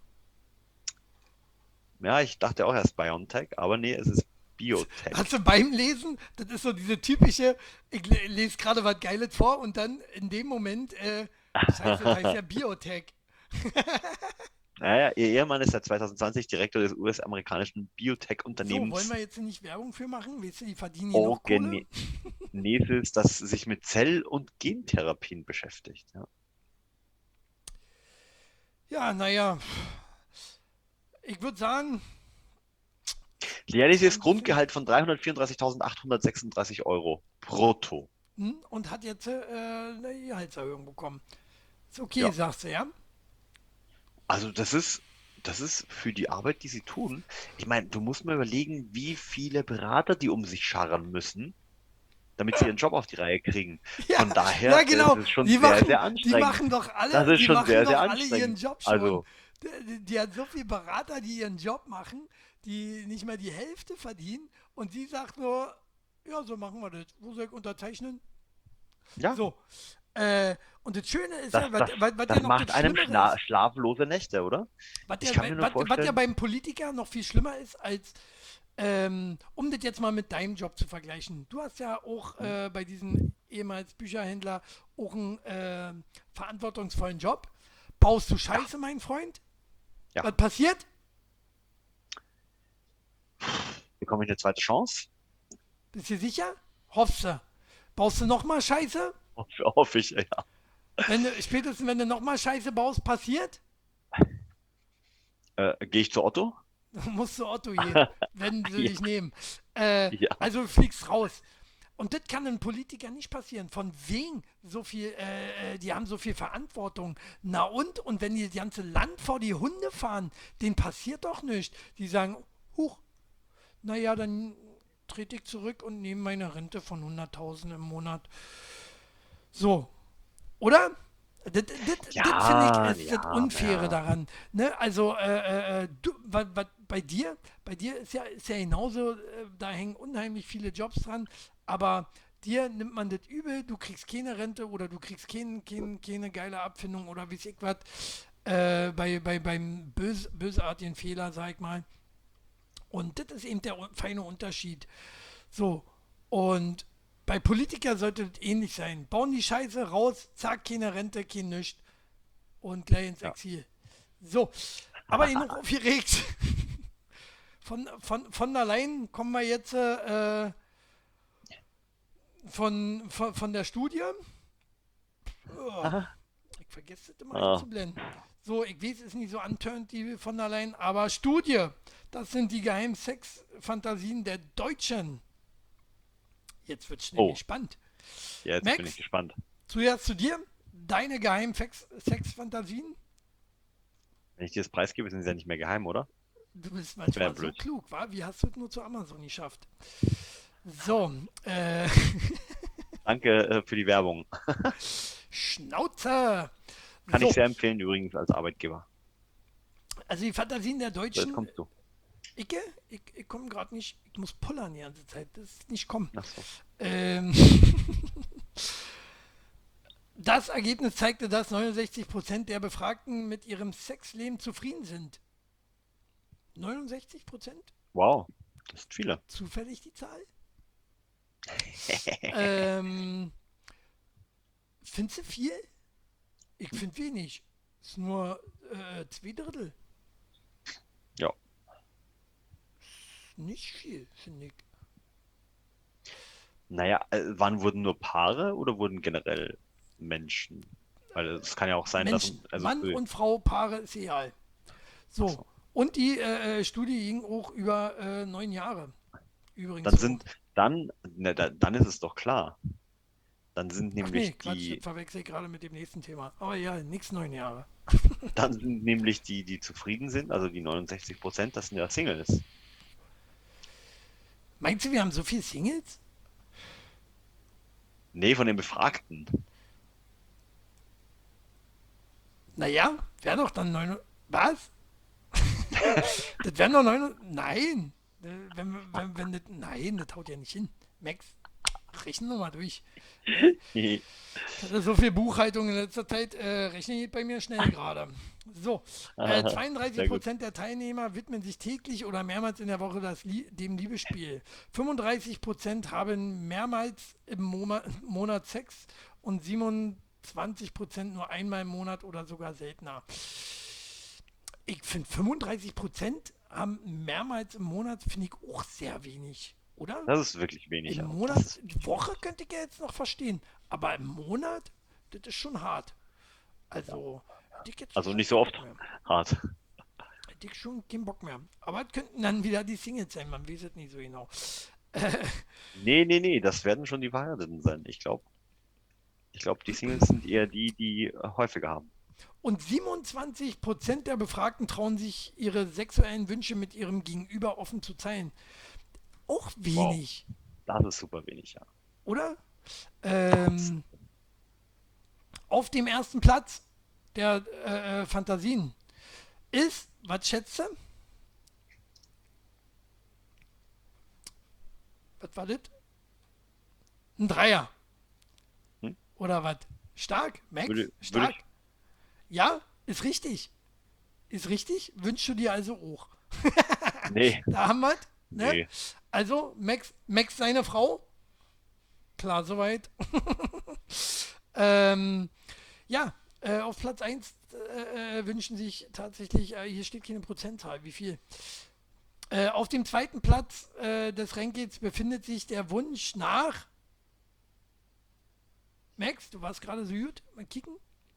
Ja, ich dachte auch erst BioNTech, aber nee, es ist Biotech. Hast du beim Lesen, das ist so diese typische, ich lese gerade was Geiles vor und dann in dem Moment, scheiße, das heißt ja Biotech. Naja, ihr Ehemann ist seit 2020 Direktor des US-amerikanischen So, wollen Biotech-Unternehmens wir jetzt nicht Werbung für machen? Weißt du, die verdienen hier noch Kohle? Orgenesis, das sich mit Zell- und Gentherapien beschäftigt. Ja. Ja, naja, ich würde sagen, Jährliches haben so viel Grundgehalt von 334.836 Euro brutto. und hat jetzt eine Gehaltserhöhung bekommen. Ist okay, Ja, sagst du, ja? also das ist für die Arbeit, die sie tun. Ich meine, du musst mal überlegen, wie viele Berater die um sich scharren müssen, damit sie ihren Job auf die Reihe kriegen. Ja, Von ja, daher ist genau. es schon sehr, sehr anstrengend. Das ist Die schon machen sehr, doch sehr alle ihren anstrengend. Job schon. Also, Die hat so viele Berater, die ihren Job machen, die nicht mal die Hälfte verdienen und sie sagt nur, ja, so machen wir das. Wo soll ich unterzeichnen? ja, So. Und das Schöne ist das, ja, das, was ja das noch das macht einem Schlimmere ist, schlaflose Nächte, oder? Ich kann mir nur was ja vorstellen, beim Politiker noch viel schlimmer ist als um das jetzt mal mit deinem Job zu vergleichen. Du hast ja auch hm, bei diesem ehemals Bücherhändler auch einen verantwortungsvollen Job. Baust du ja, Scheiße, mein Freund? ja, Was passiert? bekomme ich eine zweite Chance? Bist du sicher? Hoffst du? Baust du nochmal Scheiße? Hoffe ich, ja. Spätestens wenn du nochmal Scheiße baust, passiert? Gehe ich zu Otto? Musst du Otto gehen, wenn sie Ja, dich nehmen. ja, Also du fliegst raus. Und das kann einem Politiker nicht passieren. Von wegen so viel, die haben so viel Verantwortung. Na und wenn die das ganze Land vor die Hunde fahren, denen passiert doch nichts. Die sagen, huch, naja, dann trete ich zurück und nehme meine Rente von 100.000 im Monat. So, oder? Das finde ich ja, ist das ja, Unfaire ja. daran. Ne? Also, bei dir ist ja genauso, da hängen unheimlich viele Jobs dran, aber dir nimmt man das übel, du kriegst keine Rente oder du kriegst keine geile Abfindung oder wie ich was, beim bösartigen Fehler, sag ich mal. Und das ist eben der feine Unterschied. So, und bei Politikern sollte es ähnlich sein. Bauen die Scheiße raus, zack, keine Rente, kein Nichts und gleich ins Ja. Exil. So, aber genug aufgeregt. Von der Leyen kommen wir jetzt von der Studie. Oh, Aha. ich vergesse das immer Ah, einzublenden. So, ich weiß, es ist nicht so antörend, die von der Leyen, aber Studie, das sind die geheimen Sexfantasien der Deutschen. Jetzt wird es nämlich oh, spannend. jetzt bin ich Max, gespannt. zuerst zu dir. Deine geheimen Sexfantasien? Wenn ich dir das preisgebe, sind sie ja nicht mehr geheim, oder? Du bist Das wäre manchmal so blöd. klug, wa? Wie hast du es nur zu Amazon geschafft? So, Danke, für die Werbung. Schnauze! Kann ich So, sehr empfehlen, übrigens als Arbeitgeber. also die Fantasien der So, jetzt Deutschen. kommst du. Icke, ich komme gerade nicht, ich muss pullern die ganze Zeit, das ist nicht kommen. Ach so. Ähm, das Ergebnis zeigte, dass 69% der Befragten mit ihrem Sexleben zufrieden sind. 69%? Wow, das sind viele. Zufällig die Zahl? Ähm, Findest du viel? Ich finde wenig. Ist nur 2 Drittel. Ja. Nicht viel, finde ich. Naja, wann wurden nur Paare oder wurden generell Menschen? Weil es kann ja auch sein, dass, Menschen, also Mann und Frau, Paare ist egal. ach So. so. Und die Studie ging auch über 9 Jahre. Dann Übrigens auch. sind, dann ist es doch klar. Dann sind Ach nee, nämlich Quatsch, das die, verwechsel ich gerade mit dem nächsten Thema. Aber ja, nix 9 Jahre. dann sind nämlich die, die zufrieden sind, also die 69%, das sind ja Singles. Meinst du, wir haben so viele Singles? Nee, von den Befragten. Naja, wäre doch dann 9. Was? Das wären doch 9. Nein. Wenn das, nein, das haut ja nicht hin. Max, rechnen wir mal durch. Ich hatte so viel Buchhaltung in letzter Zeit, rechne geht bei mir schnell gerade. So, Sehr gut. 32% der Teilnehmer widmen sich täglich oder mehrmals in der Woche dem Liebesspiel. 35% haben mehrmals im Monat Sex und 27% nur einmal im Monat oder sogar seltener. Ich finde 35% haben mehrmals im Monat, finde ich auch sehr wenig, oder? Das ist wirklich wenig. Im Also Monat, das, die Woche könnte ich ja jetzt noch verstehen, aber im Monat, das ist schon hart. ja. Also, Dick jetzt Also schon nicht so keinen oft Bock mehr. hart. Dick schon keinen Bock mehr. Aber es könnten dann wieder die Singles sein, man weiß es nicht so genau. Äh, Nee, das werden schon die Verheirateten sein. Ich glaube, die Singles sind eher die, die häufiger haben. Und 27% der Befragten trauen sich, ihre sexuellen Wünsche mit ihrem Gegenüber offen zu teilen. Auch Wow, wenig, das ist super wenig, ja. oder? Das, Ähm, auf dem ersten Platz der Fantasien ist, was schätzt du? Was war das? Ein Dreier. hm? Oder was? Stark, Max? Würde Stark. ich. Ja, ist richtig. Ist richtig. Wünschst du dir also auch. Nee, Da haben wir ne? nee. Also, Max seine Frau. Klar, soweit. ähm, ja, auf Platz eins wünschen sich tatsächlich, hier steht keine Prozentzahl, wie viel. Auf dem zweiten Platz des Rankings befindet sich der Wunsch nach. Max, du warst gerade so gut. Mal kicken.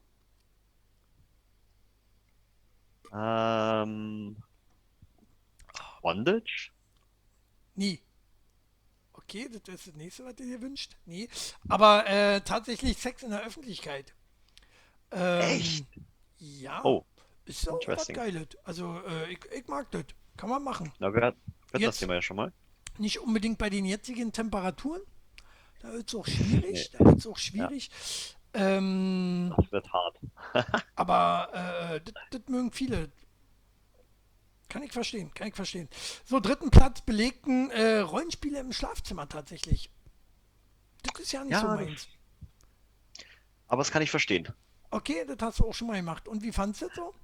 Ähm, Bondage? Nie. Okay, das ist das nächste, was ihr dir wünscht. Nee. Aber tatsächlich Sex in der Öffentlichkeit. Echt? Ähm, ja, Oh, ist auch was interesting. Geiles. Also, ich mag das. Kann man machen. Na, wir hatten das Jetzt Thema ja schon mal. nicht unbedingt bei den jetzigen Temperaturen. Da wird es auch Nee, schwierig. Da wird es auch ja, schwierig. Ähm, das wird hart. aber das mögen viele. Kann ich verstehen, kann ich verstehen. So, dritten Platz belegten Rollenspiele im Schlafzimmer tatsächlich. Das ist ja nicht so Ja, meins. aber das kann ich verstehen. Okay, das hast du auch schon mal gemacht. Und wie fandest du das so?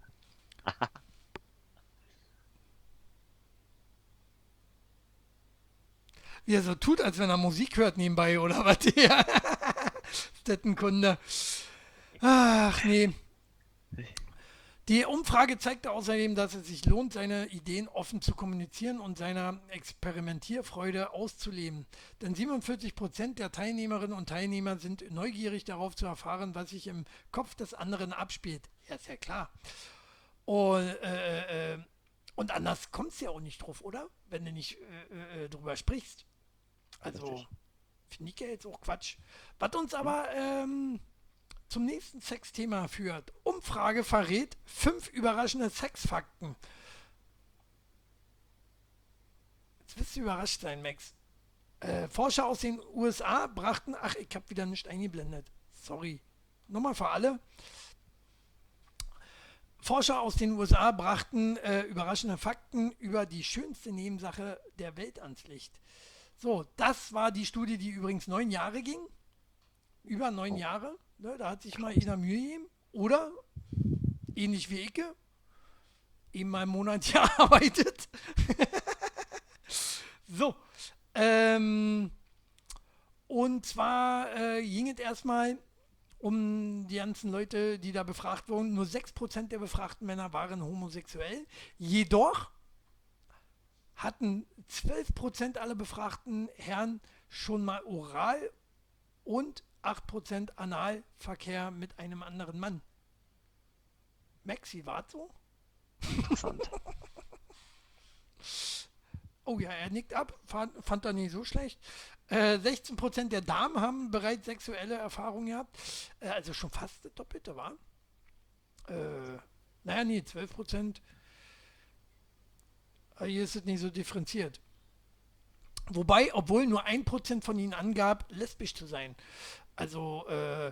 Wie er so tut, als wenn er Musik hört nebenbei oder was? Ja, ist das ein Kunde? Ach nee. Die Umfrage zeigte außerdem, dass es sich lohnt, seine Ideen offen zu kommunizieren und seiner Experimentierfreude auszuleben. Denn 47% der Teilnehmerinnen und Teilnehmer sind neugierig darauf zu erfahren, was sich im Kopf des anderen abspielt. Ja, ist ja klar. Und, und anders kommst du ja auch nicht drauf, oder? Wenn du nicht drüber sprichst. Also, Richtig. finde ich ja jetzt auch Quatsch. Was uns Hm? aber zum nächsten Sexthema führt. Umfrage verrät 5 überraschende Sexfakten. Jetzt wirst du überrascht sein, Max. Forscher aus den USA brachten, ach, ich habe wieder nicht eingeblendet. Sorry. Nochmal für alle. Forscher aus den USA brachten überraschende Fakten über die schönste Nebensache der Welt ans Licht. So, das war die Studie, die übrigens 9 Jahre ging. Über neun Oh, Jahre. Ne, da hat sich mal krass. einer Mühe gegeben. Oder, ähnlich wie ich, eben mal einen Monat gearbeitet. So, ähm, und zwar ging es erstmal um die ganzen Leute, die da befragt wurden. Nur 6% der befragten Männer waren homosexuell. Jedoch hatten 12% aller befragten Herren schon mal Oral- und 8% Analverkehr mit einem anderen Mann. Maxi, war so? Interessant. Oh ja, er nickt ab, fand er nicht so schlecht. 16% der Damen haben bereits sexuelle Erfahrungen gehabt. Also schon fast das Doppelte war. Naja, nee, 12%. Hier ist es nicht so differenziert. Wobei, obwohl nur 1% von ihnen angab, lesbisch zu sein. Also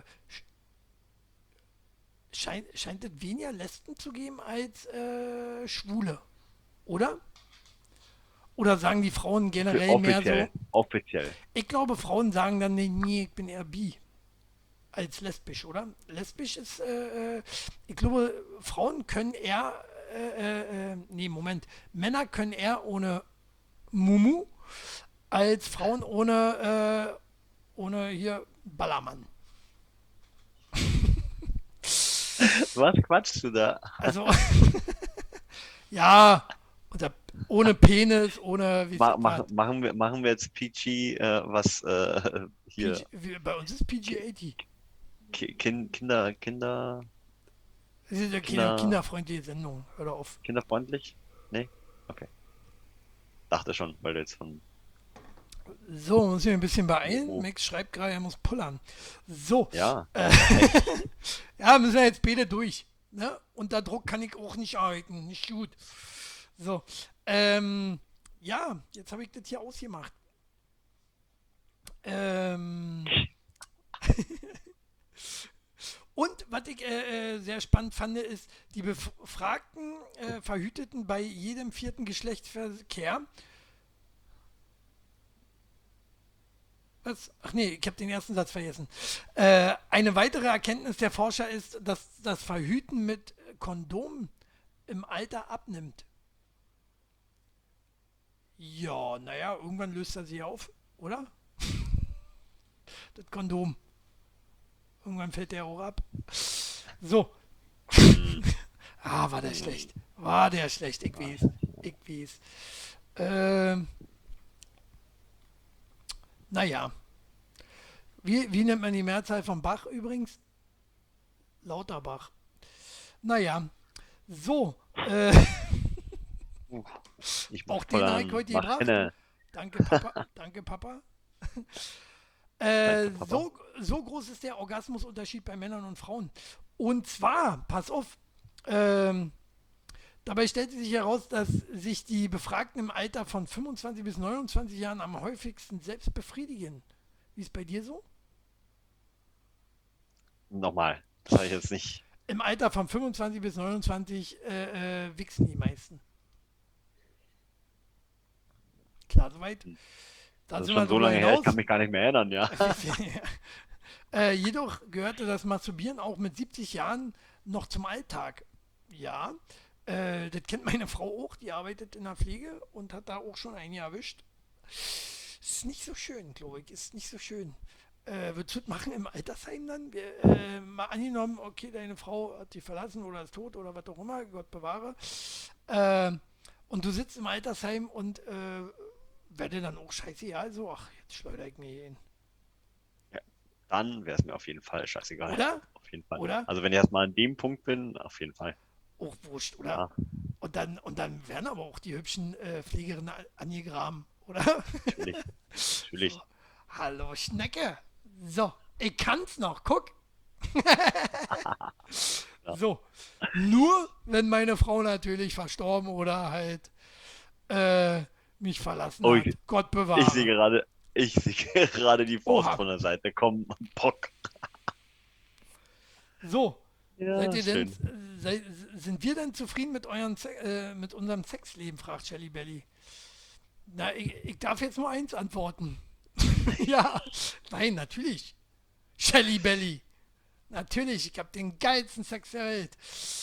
scheint es weniger Lesben zu geben als Schwule, oder? Oder sagen die Frauen generell mehr so? Offiziell, offiziell. Ich glaube, Frauen sagen dann, nee, ich bin eher bi als lesbisch, oder? Lesbisch ist, ich glaube, Frauen können eher, nee, Moment, Männer können eher ohne Mumu als Frauen ohne hier Ballermann. Was quatschst du da? Also, ja, oder ohne Penis, ohne, wie ist Ma das was? mach, machen wir jetzt PG, was hier Bei uns ist Ki PG-80. Kinder, Das ist ja keine Kinder, kinderfreundliche Sendung. Hör doch auf. kinderfreundlich? Nee? Okay. Dachte schon, weil du jetzt von. So, muss ich ein bisschen beeilen. Oh, Max schreibt gerade, er muss pullern. So, ja, äh, echt. ja, müssen wir jetzt beide durch. Ne? Unter Druck kann ich auch nicht arbeiten. Nicht gut. So, ja, jetzt habe ich das hier ausgemacht. Ähm, und was ich sehr spannend fand, ist, die Befragten verhüteten bei jedem vierten Geschlechtsverkehr. Was? Ach nee, ich habe den ersten Satz vergessen. Eine weitere Erkenntnis der Forscher ist, dass das Verhüten mit Kondom im Alter abnimmt. Ja, naja, irgendwann löst er sich auf, oder? Das Kondom. Irgendwann fällt der auch ab. So. Hm, War der schlecht. War der schlecht, ich weiß. Ich weiß. Ähm, naja. Wie nennt man die Mehrzahl von Bach übrigens? Lauterbach. Naja. So. uh, ich mach Auch den habe ich pullern. heute Mach gebracht. Henne. Danke, Papa. Danke, Papa. Danke, Papa. So groß ist der Orgasmusunterschied bei Männern und Frauen. Und zwar, pass auf, ähm, dabei stellte sich heraus, dass sich die Befragten im Alter von 25 bis 29 Jahren am häufigsten selbst befriedigen. Wie ist bei dir so? Nochmal. Das habe ich jetzt nicht. Im Alter von 25 bis 29 wichsen die meisten. Klar, soweit. Da Das ist sind wir schon so drüber lange her, ich kann hinaus. mich gar nicht mehr erinnern, ja. Jedoch gehörte das Masturbieren auch mit 70 Jahren noch zum Alltag. Ja, das kennt meine Frau auch, die arbeitet in der Pflege und hat da auch schon ein Jahr erwischt. Ist nicht so schön, glaube ich, ist nicht so schön. Würdest du das machen im Altersheim dann? Mal angenommen, okay, deine Frau hat dich verlassen oder ist tot oder was auch immer, Gott bewahre. Äh, und du sitzt im Altersheim und werde dann auch scheißegal, so, ach, jetzt schleudere ich mir hier hin. Ja, dann wäre es mir auf jeden Fall scheißegal. Oder? Auf jeden Fall. Oder? Also wenn ich erstmal an dem Punkt bin, auf jeden Fall. Auch wurscht, oder? Ja, Und dann werden aber auch die hübschen Pflegerinnen angegraben, oder? natürlich. So, Natürlich. hallo Schnecke. So, ich kann's noch, guck. Ja. So, nur wenn meine Frau natürlich verstorben oder halt mich verlassen Oh, hat. Gott ich sehe bewahre. gerade, ich sehe gerade die Faust Oha. von der Seite kommen und Bock. So, seid Ja, ihr denn, schön. sei, sind wir denn zufrieden mit, mit unserem Sexleben, fragt Shelly Belly. Na, ich darf jetzt nur eins antworten. Ja, nein, natürlich. Shelly Belly. Natürlich, ich habe den geilsten Sex der Welt.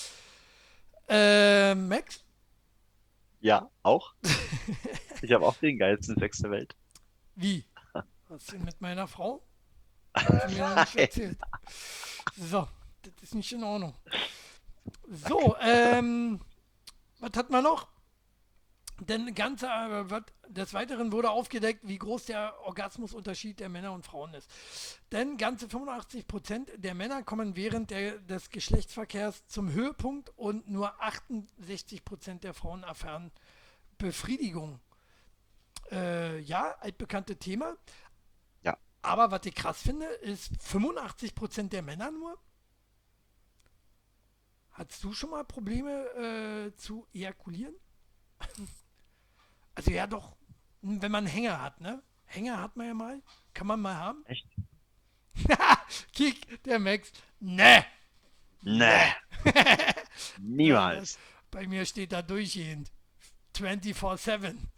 Max, Ja, auch. Ich habe auch den geilsten Sex der Welt. wie? Was denn mit meiner Frau? Hast du mir noch nicht Nein. erzählt. So, das ist nicht in Ordnung. Zack. So, was hat man noch? Denn des Weiteren wurde aufgedeckt, wie groß der Orgasmusunterschied der Männer und Frauen ist. Denn ganze 85% der Männer kommen während des Geschlechtsverkehrs zum Höhepunkt und nur 68% der Frauen erfahren Befriedigung. Ja, altbekannte Thema. Ja, Aber was ich krass finde, ist 85% der Männer nur. Hattest du schon mal Probleme zu ejakulieren? Also ja doch, wenn man einen Hänger hat, ne? Hänger hat man ja mal. Kann man mal haben. echt? Kick, der Max. Ne, Nee, ne. niemals. Bei mir steht da durchgehend. 24/7.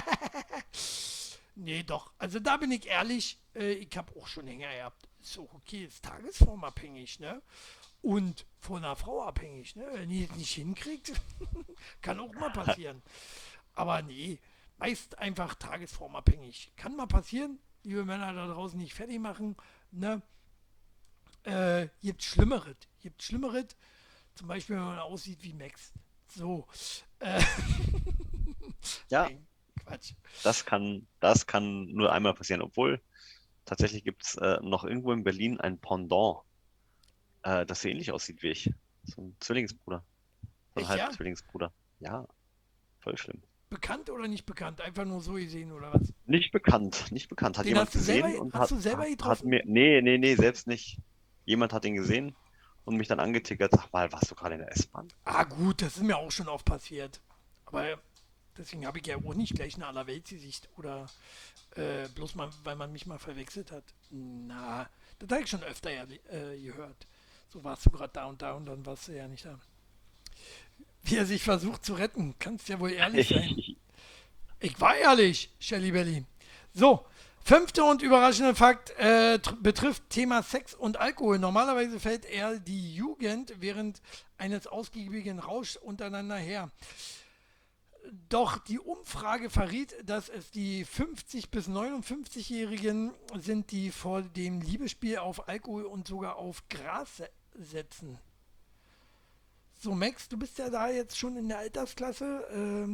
Nee, doch. Also da bin ich ehrlich, ich habe auch schon Hänger gehabt. Ist auch okay, ist tagesformabhängig, ne? Und von einer Frau abhängig, ne? Wenn die es nicht hinkriegt, kann auch mal passieren. Aber nee, meist einfach tagesformabhängig. Kann mal passieren, liebe Männer da draußen nicht fertig machen, ne? Gibt Schlimmeres. Gibt Schlimmeres. Zum Beispiel, wenn man aussieht wie Max. So. Äh, Ja, nein, Quatsch. das kann nur einmal passieren, obwohl tatsächlich gibt es noch irgendwo in Berlin ein Pendant, das so ähnlich aussieht wie ich. So ein Zwillingsbruder. So ein Echt, ja? Halbzwillingsbruder. Ja, voll schlimm. Bekannt oder nicht bekannt? Einfach nur so gesehen oder was? Nicht bekannt, nicht bekannt. Hat Den jemand hast du selber, gesehen und hast du selber hat getroffen? mir, nee, selbst nicht. Jemand hat ihn gesehen und mich dann angetickert. Sag mal, warst du gerade in der S-Bahn? Ah gut, das ist mir auch schon oft passiert. Aber deswegen habe ich ja auch nicht gleich eine Allerweltsgesicht oder bloß mal, weil man mich mal verwechselt hat. Na, das habe ich schon öfter gehört. So warst du gerade da und dann warst du ja nicht da. Wie er sich versucht zu retten, kannst ja wohl ehrlich sein. Ich war ehrlich, Shelly Belly. So, fünfter und überraschender Fakt betrifft Thema Sex und Alkohol. Normalerweise fällt eher die Jugend während eines ausgiebigen Rausch untereinander her. Doch die Umfrage verriet, dass es die 50- bis 59-Jährigen sind, die vor dem Liebesspiel auf Alkohol und sogar auf Gras setzen. So, Max, du bist ja da jetzt schon in der Altersklasse.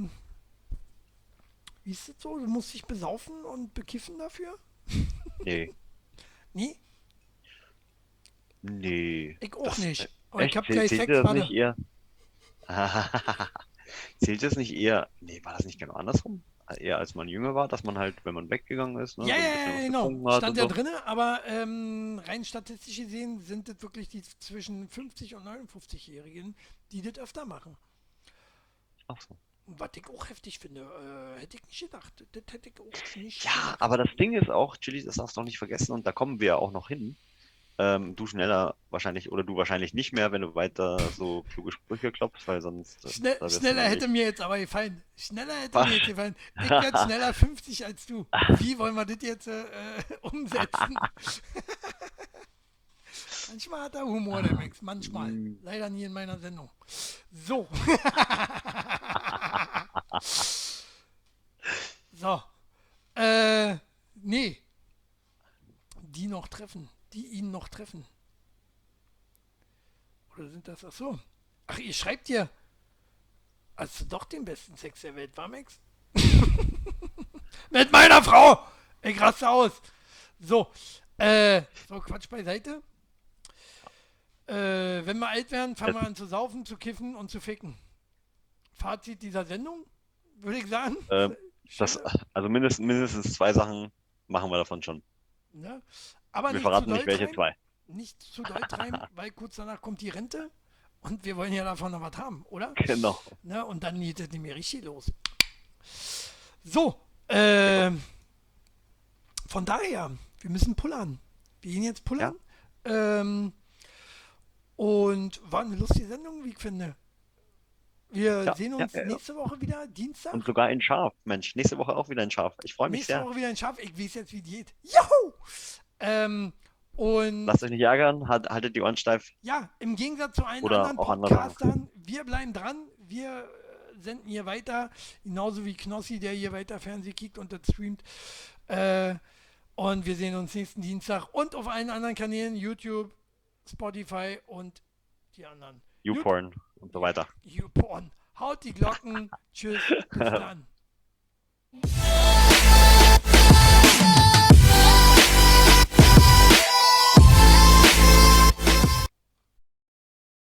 Wie ist das so? Du musst dich besaufen und bekiffen dafür? Nee, Nee, nee. ich auch Das, nicht. Aber ich echt? hab gleich Zählt Sex, das nicht warte. eher? Zählt das nicht eher? Nee, war das nicht genau andersrum? Eher als man jünger war, dass man halt, wenn man weggegangen ist, ne, Ja, so ja, ein bisschen ja, was genau. getrunken hat Stand und ja so. drinne, aber rein statistisch gesehen sind das wirklich die zwischen 50 und 59-Jährigen, die das öfter machen. Ach so. Was ich auch heftig finde, hätte ich nicht gedacht. Das hätte ich auch nicht Ja, gedacht. aber das Ding ist auch, Chili, das darfst du auch nicht vergessen und da kommen wir ja auch noch hin. Du schneller wahrscheinlich oder du wahrscheinlich nicht mehr, wenn du weiter so kluge Sprüche klopfst, weil sonst, da wirst du Schneller hätte nämlich. mir jetzt aber gefallen. Schneller hätte mir jetzt gefallen. Ich werde schneller 50 als du. Wie wollen wir das jetzt umsetzen? Manchmal hat er Humor, der Max. Manchmal. Hm, Leider nie in meiner Sendung. So. So. Nee. Die noch treffen. Die ihn noch treffen. Oder sind das? Ach so. Ach, ihr schreibt hier. Hast du doch den besten Sex der Welt, war Max? Mit meiner Frau! Ich raste aus. So. So, Quatsch beiseite. Wenn wir alt werden, fangen das, wir an zu saufen, zu kiffen und zu ficken. Fazit dieser Sendung, würde ich sagen. äh, das, Schelle. also mindestens zwei Sachen machen wir davon schon. Ne? Aber Wir nicht zu verraten doll nicht, welche treiben. zwei. Nicht zu doll treiben, weil kurz danach kommt die Rente und wir wollen ja davon noch was haben, oder? Genau. Ne? Und dann geht es nicht mehr richtig los. So, Sehr gut. von daher, wir müssen pullern. Wir gehen jetzt Ja, pullern. Ähm, und war eine lustige Sendung, wie ich finde. Wir ja, sehen ja, uns ja, ja. nächste Woche wieder, Und Dienstag. sogar in Scharf. Mensch, nächste Woche auch wieder in Scharf. Ich freue mich Nächste sehr. Woche wieder ein Schaf. Ich weiß jetzt, wie die geht. Juhu! Ähm, und Lasst euch nicht ärgern, haltet die Ohren steif ja, im Gegensatz zu allen oder anderen auch andere Sachen. Podcastern, wir bleiben dran. Wir senden hier weiter. Genauso wie Knossi, der hier weiter Fernsehen kickt und das streamt. Äh, und wir sehen uns nächsten Dienstag und auf allen anderen Kanälen, YouTube, Spotify und die anderen. Gut, YouPorn und so weiter. YouPorn. Haut die Glocken. Tschüss, bis dann.